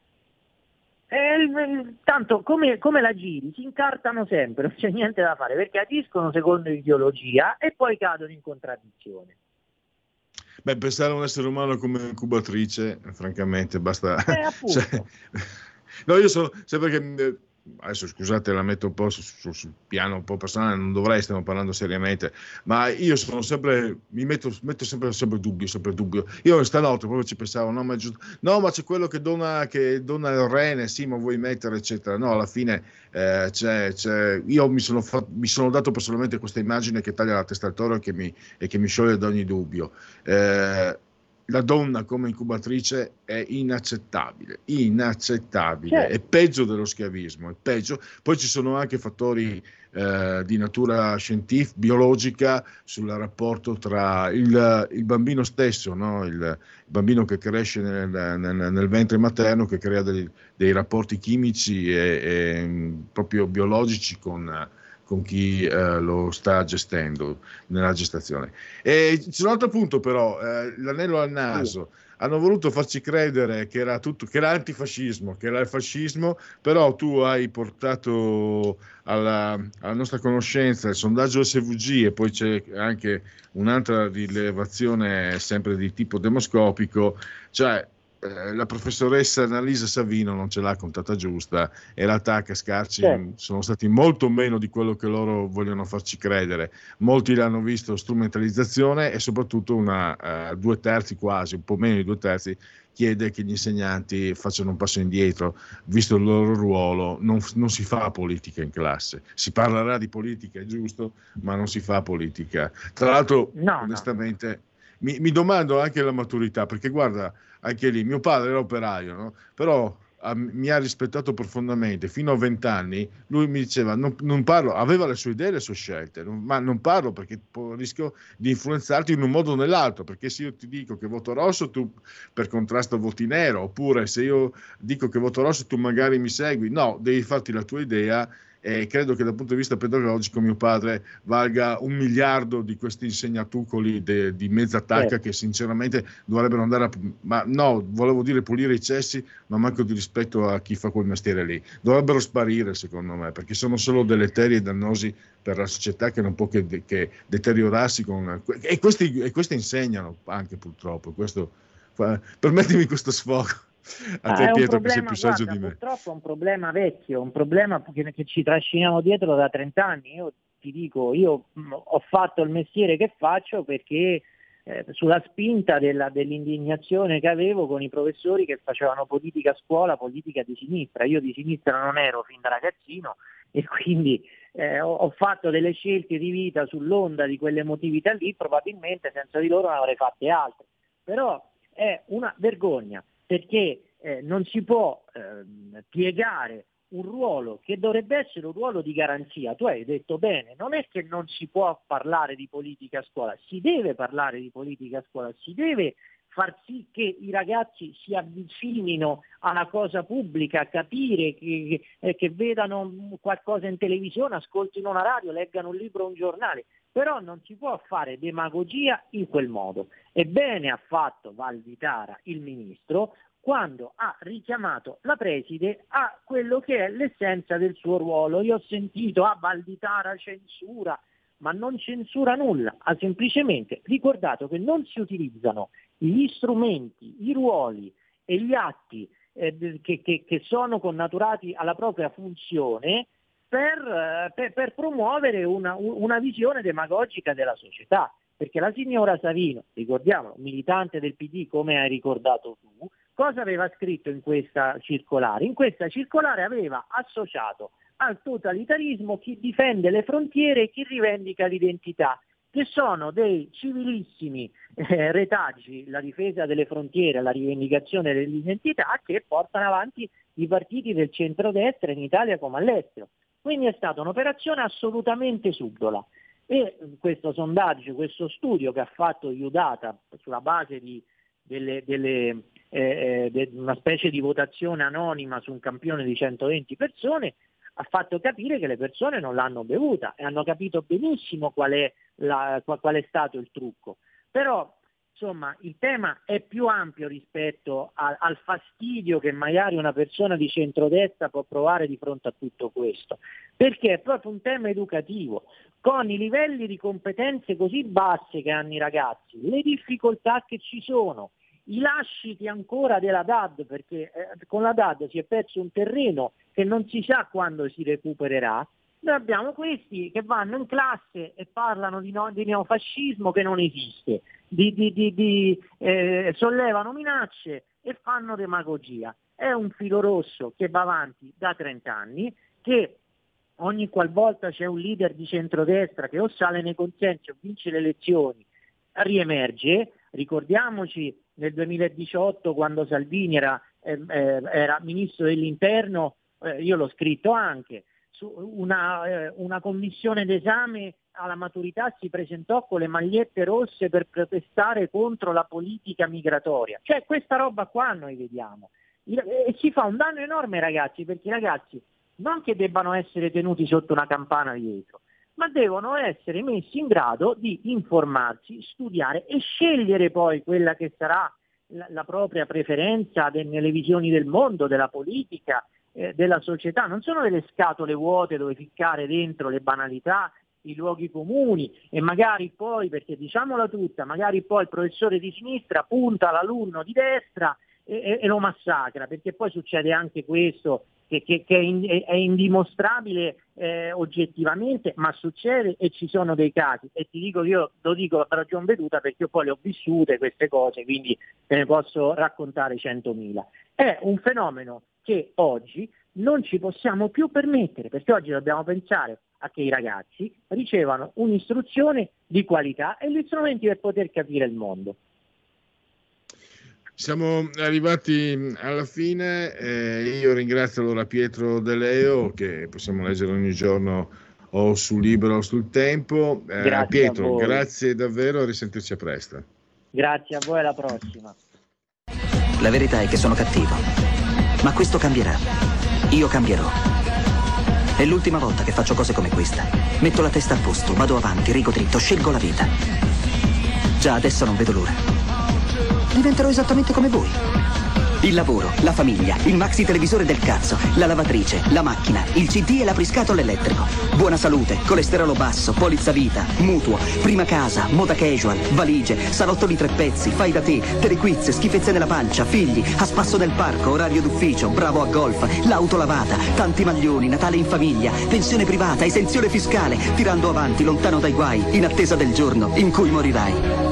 E, tanto come, come la giri si incartano sempre, non c'è niente da fare, perché agiscono secondo ideologia e poi cadono in contraddizione. Beh, pensare a un essere umano come incubatrice, francamente, basta. Eh, cioè, no, io sono sempre che. Adesso scusate, la metto un po' sul su, su piano un po' personale, non dovrei, stiamo parlando seriamente, ma io sono sempre, mi metto, metto sempre, sempre dubbio, sempre dubbio. Io stanotte proprio ci pensavo, no ma, giusto, no, ma c'è quello che dona, che dona il rene, sì, ma vuoi mettere, eccetera. No, alla fine eh, c'è, c'è, io mi sono, fatto, mi sono dato personalmente questa immagine che taglia la testa al toro e che mi, e che mi scioglie da ogni dubbio. Eh, La donna come incubatrice è inaccettabile, inaccettabile, certo. È peggio dello schiavismo, è peggio. Poi ci sono anche fattori eh, di natura scientifica, biologica, sul rapporto tra il, il bambino stesso, no? il, il bambino che cresce nel, nel, nel ventre materno, che crea dei, dei rapporti chimici e, e proprio biologici con, con chi eh, lo sta gestendo nella gestazione. E c'è un altro punto però, eh, l'anello al naso. Hanno voluto farci credere che era tutto, che era antifascismo, che era il fascismo, però tu hai portato alla, alla nostra conoscenza il sondaggio S V G, e poi c'è anche un'altra rilevazione sempre di tipo demoscopico, cioè eh, la professoressa Annalisa Savino non ce l'ha contata giusta, e in realtà a cascarci Certo. sono stati molto meno di quello che loro vogliono farci credere. Molti l'hanno visto strumentalizzazione, e soprattutto una uh, due terzi quasi, un po' meno di due terzi, chiede che gli insegnanti facciano un passo indietro, visto il loro ruolo. Non, non si fa politica in classe, si parlerà di politica, è giusto, ma non si fa politica. Tra l'altro, No, onestamente, no. Mi, mi domando anche la maturità, perché guarda, anche lì mio padre era operaio, no? Però a, mi ha rispettato profondamente fino a vent'anni. Lui mi diceva non, non parlo, aveva le sue idee, le sue scelte, non, ma non parlo perché rischio di influenzarti in un modo o nell'altro, perché se io ti dico che voto rosso, tu per contrasto voti nero, oppure se io dico che voto rosso, tu magari mi segui. No, devi farti la tua idea. E credo che dal punto di vista pedagogico mio padre valga un miliardo di questi insegnatucoli de, di mezza tacca, Certo. che sinceramente dovrebbero andare a, ma no, volevo dire pulire i cessi, ma manco di rispetto a chi fa quel mestiere lì. Dovrebbero sparire, secondo me, perché sono solo deleteri e dannosi per la società, che non può che, che deteriorarsi con, e questi, e questi insegnano anche, purtroppo. Questo, permettimi questo sfogo. A te, Ah, è un Pietro, problema, che sei più saggio guarda, di me. purtroppo è un problema vecchio, un problema che, che ci trasciniamo dietro da trent'anni. Io ti dico, io mh, ho fatto il mestiere che faccio perché eh, sulla spinta della, dell'indignazione che avevo con i professori che facevano politica a scuola, politica di sinistra. Io di sinistra non ero fin da ragazzino, e quindi eh, ho, ho fatto delle scelte di vita sull'onda di quell'emotività lì. Probabilmente senza di loro ne avrei fatte altre, però è una vergogna, perché eh, non si può eh, piegare un ruolo che dovrebbe essere un ruolo di garanzia. Tu hai detto bene, non è che non si può parlare di politica a scuola, si deve parlare di politica a scuola, si deve far sì che i ragazzi si avvicinino alla cosa pubblica, a capire, che, che, che vedano qualcosa in televisione, ascoltino una radio, leggano un libro o un giornale, però non si può fare demagogia in quel modo. E bene ha fatto Valditara, il ministro, quando ha richiamato la preside a quello che è l'essenza del suo ruolo. Io ho sentito, ah, Valditara censura, ma non censura nulla, ha semplicemente ricordato che non si utilizzano gli strumenti, i ruoli e gli atti eh, che, che, che sono connaturati alla propria funzione per, per, per promuovere una, una visione demagogica della società. Perché la signora Savino, ricordiamolo, militante del P D come hai ricordato tu, cosa aveva scritto in questa circolare? In questa circolare aveva associato al totalitarismo chi difende le frontiere e chi rivendica l'identità, che sono dei civilissimi eh, retaggi, la difesa delle frontiere, la rivendicazione dell'identità, che portano avanti i partiti del centrodestra in Italia come all'estero. Quindi è stata un'operazione assolutamente subdola. E questo sondaggio, questo studio che ha fatto Iudata sulla base di delle, delle, eh, de, una specie di votazione anonima su un campione di centoventi persone, ha fatto capire che le persone non l'hanno bevuta e hanno capito benissimo qual è, la, qual è stato il trucco. Però insomma il tema è più ampio rispetto a, al fastidio che magari una persona di centrodestra può provare di fronte a tutto questo, perché è proprio un tema educativo. Con i livelli di competenze così bassi che hanno i ragazzi, le difficoltà che ci sono, i lasciti ancora della D A D, perché eh, con la D A D si è perso un terreno che non si sa quando si recupererà. Noi abbiamo questi che vanno in classe e parlano di, no, di neofascismo che non esiste, di, di, di, di eh, sollevano minacce e fanno demagogia. È un filo rosso che va avanti da trent'anni, che ogni qualvolta c'è un leader di centrodestra che o sale nei consensi o vince le elezioni, riemerge. Ricordiamoci nel duemiladiciotto, quando Salvini era, eh, era ministro dell'interno, eh, io l'ho scritto anche, su una, eh, una commissione d'esame alla maturità si presentò con le magliette rosse per protestare contro la politica migratoria. Cioè questa roba qua noi vediamo. E si fa un danno enorme ai ragazzi, perché i ragazzi non che debbano essere tenuti sotto una campana dietro, ma devono essere messi in grado di informarsi, studiare e scegliere poi quella che sarà la, la propria preferenza de, nelle visioni del mondo, della politica, eh, della società. Non sono delle scatole vuote dove ficcare dentro le banalità, i luoghi comuni, e magari poi, perché diciamola tutta, magari poi il professore di sinistra punta all'alunno di destra e, e, e lo massacra, perché poi succede anche questo, che, che, che è, in, è indimostrabile eh, oggettivamente, ma succede e ci sono dei casi, e ti dico, io lo dico a ragion veduta perché io poi le ho vissute queste cose, quindi te ne posso raccontare centomila. È un fenomeno che oggi non ci possiamo più permettere, perché oggi dobbiamo pensare a che i ragazzi ricevano un'istruzione di qualità e gli strumenti per poter capire il mondo. Siamo arrivati alla fine, eh, io ringrazio allora Pietro De Leo, che possiamo leggere ogni giorno o sul Libero o sul Tempo. Eh, Grazie Pietro, grazie davvero, a risentirci a presto. Grazie a voi, alla prossima. La verità è che sono cattivo, ma questo cambierà. Io cambierò. È l'ultima volta che faccio cose come questa. Metto la testa a posto, vado avanti, rigo dritto, scelgo la vita. Già adesso non vedo l'ora. Diventerò esattamente come voi. Il lavoro, la famiglia, il maxi televisore del cazzo, la lavatrice, la macchina, il C D e l'apriscatole elettrico. Buona salute, colesterolo basso, polizza vita, mutuo, prima casa, moda casual, valigie, salottoli tre pezzi, fai da te, telequiz, schifezze nella pancia, figli, a spasso del parco, orario d'ufficio, bravo a golf, l'auto lavata, tanti maglioni, Natale in famiglia, pensione privata, esenzione fiscale, tirando avanti, lontano dai guai, in attesa del giorno in cui morirai.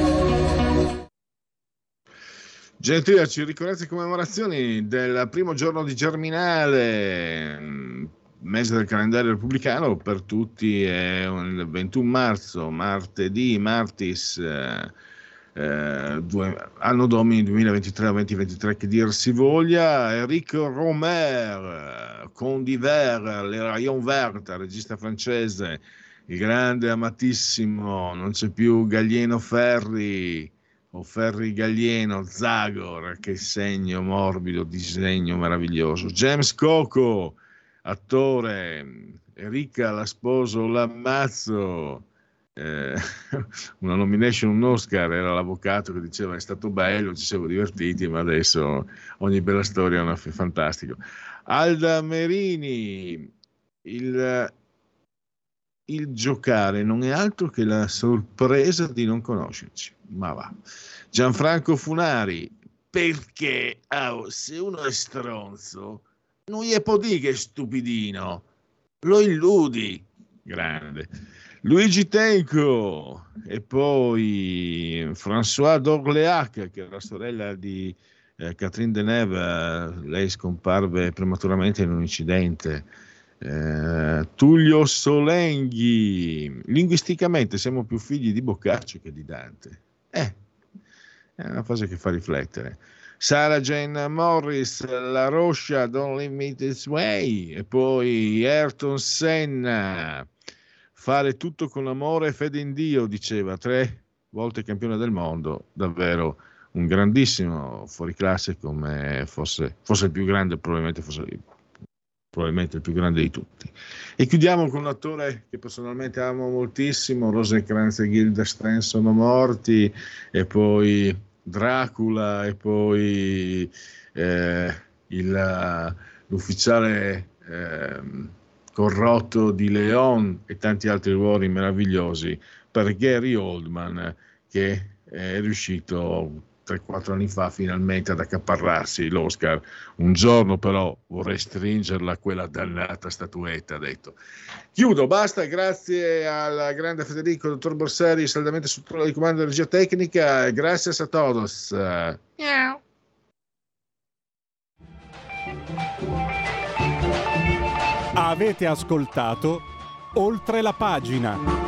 Genetriaci, ricorrenze e commemorazioni del primo giorno di Germinale, mese del calendario repubblicano, per tutti è il ventuno marzo, martedì, martis, eh, eh, due, anno domini duemilaventitré duemilaventitré, che dir si voglia. Enrico Romer, con d'hiver, Le Rayon Vert, regista francese, il grande amatissimo, non c'è più Gallieno Ferri, o Ferri Gallieno, Zagor, che segno morbido, disegno meraviglioso. James Coco, attore, Erika la sposo, l'ammazzo, eh, una nomination, un Oscar, era l'avvocato che diceva è stato bello, ci siamo divertiti, ma adesso ogni bella storia è una f- fantastico. Alda Merini, il, il giocare non è altro che la sorpresa di non conoscerci. Ma va. Gianfranco Funari, perché oh, se uno è stronzo non gli può dire che è stupidino, lo illudi. Grande. Luigi Tenco, e poi François d'Orléac, che è la sorella di eh, Catherine Deneuve, lei scomparve prematuramente in un incidente. Eh, Tullio Solenghi, linguisticamente siamo più figli di Boccaccio che di Dante. Eh, è una cosa che fa riflettere. Sarah Jane Morris, La Roscia, Don't Leave Me This Way, e poi Ayrton Senna, fare tutto con amore e fede in Dio, diceva, tre volte campione del mondo, davvero un grandissimo fuoriclasse, come fosse, fosse il più grande, probabilmente fosse probabilmente il più grande di tutti. E chiudiamo con un attore che personalmente amo moltissimo, Rosencrantz e Guildenstern sono morti, e poi Dracula, e poi eh, il, l'ufficiale eh, corrotto di Leon, e tanti altri ruoli meravigliosi per Gary Oldman, che è riuscito tre quattro anni fa finalmente ad accaparrarsi l'Oscar. Un giorno però vorrei stringerla a quella dannata statuetta, ha detto. Chiudo, basta, grazie al grande Federico, dottor Borsari, saldamente sul trono di comando della regia tecnica, grazie a todos. Miau. Avete ascoltato Oltre la pagina.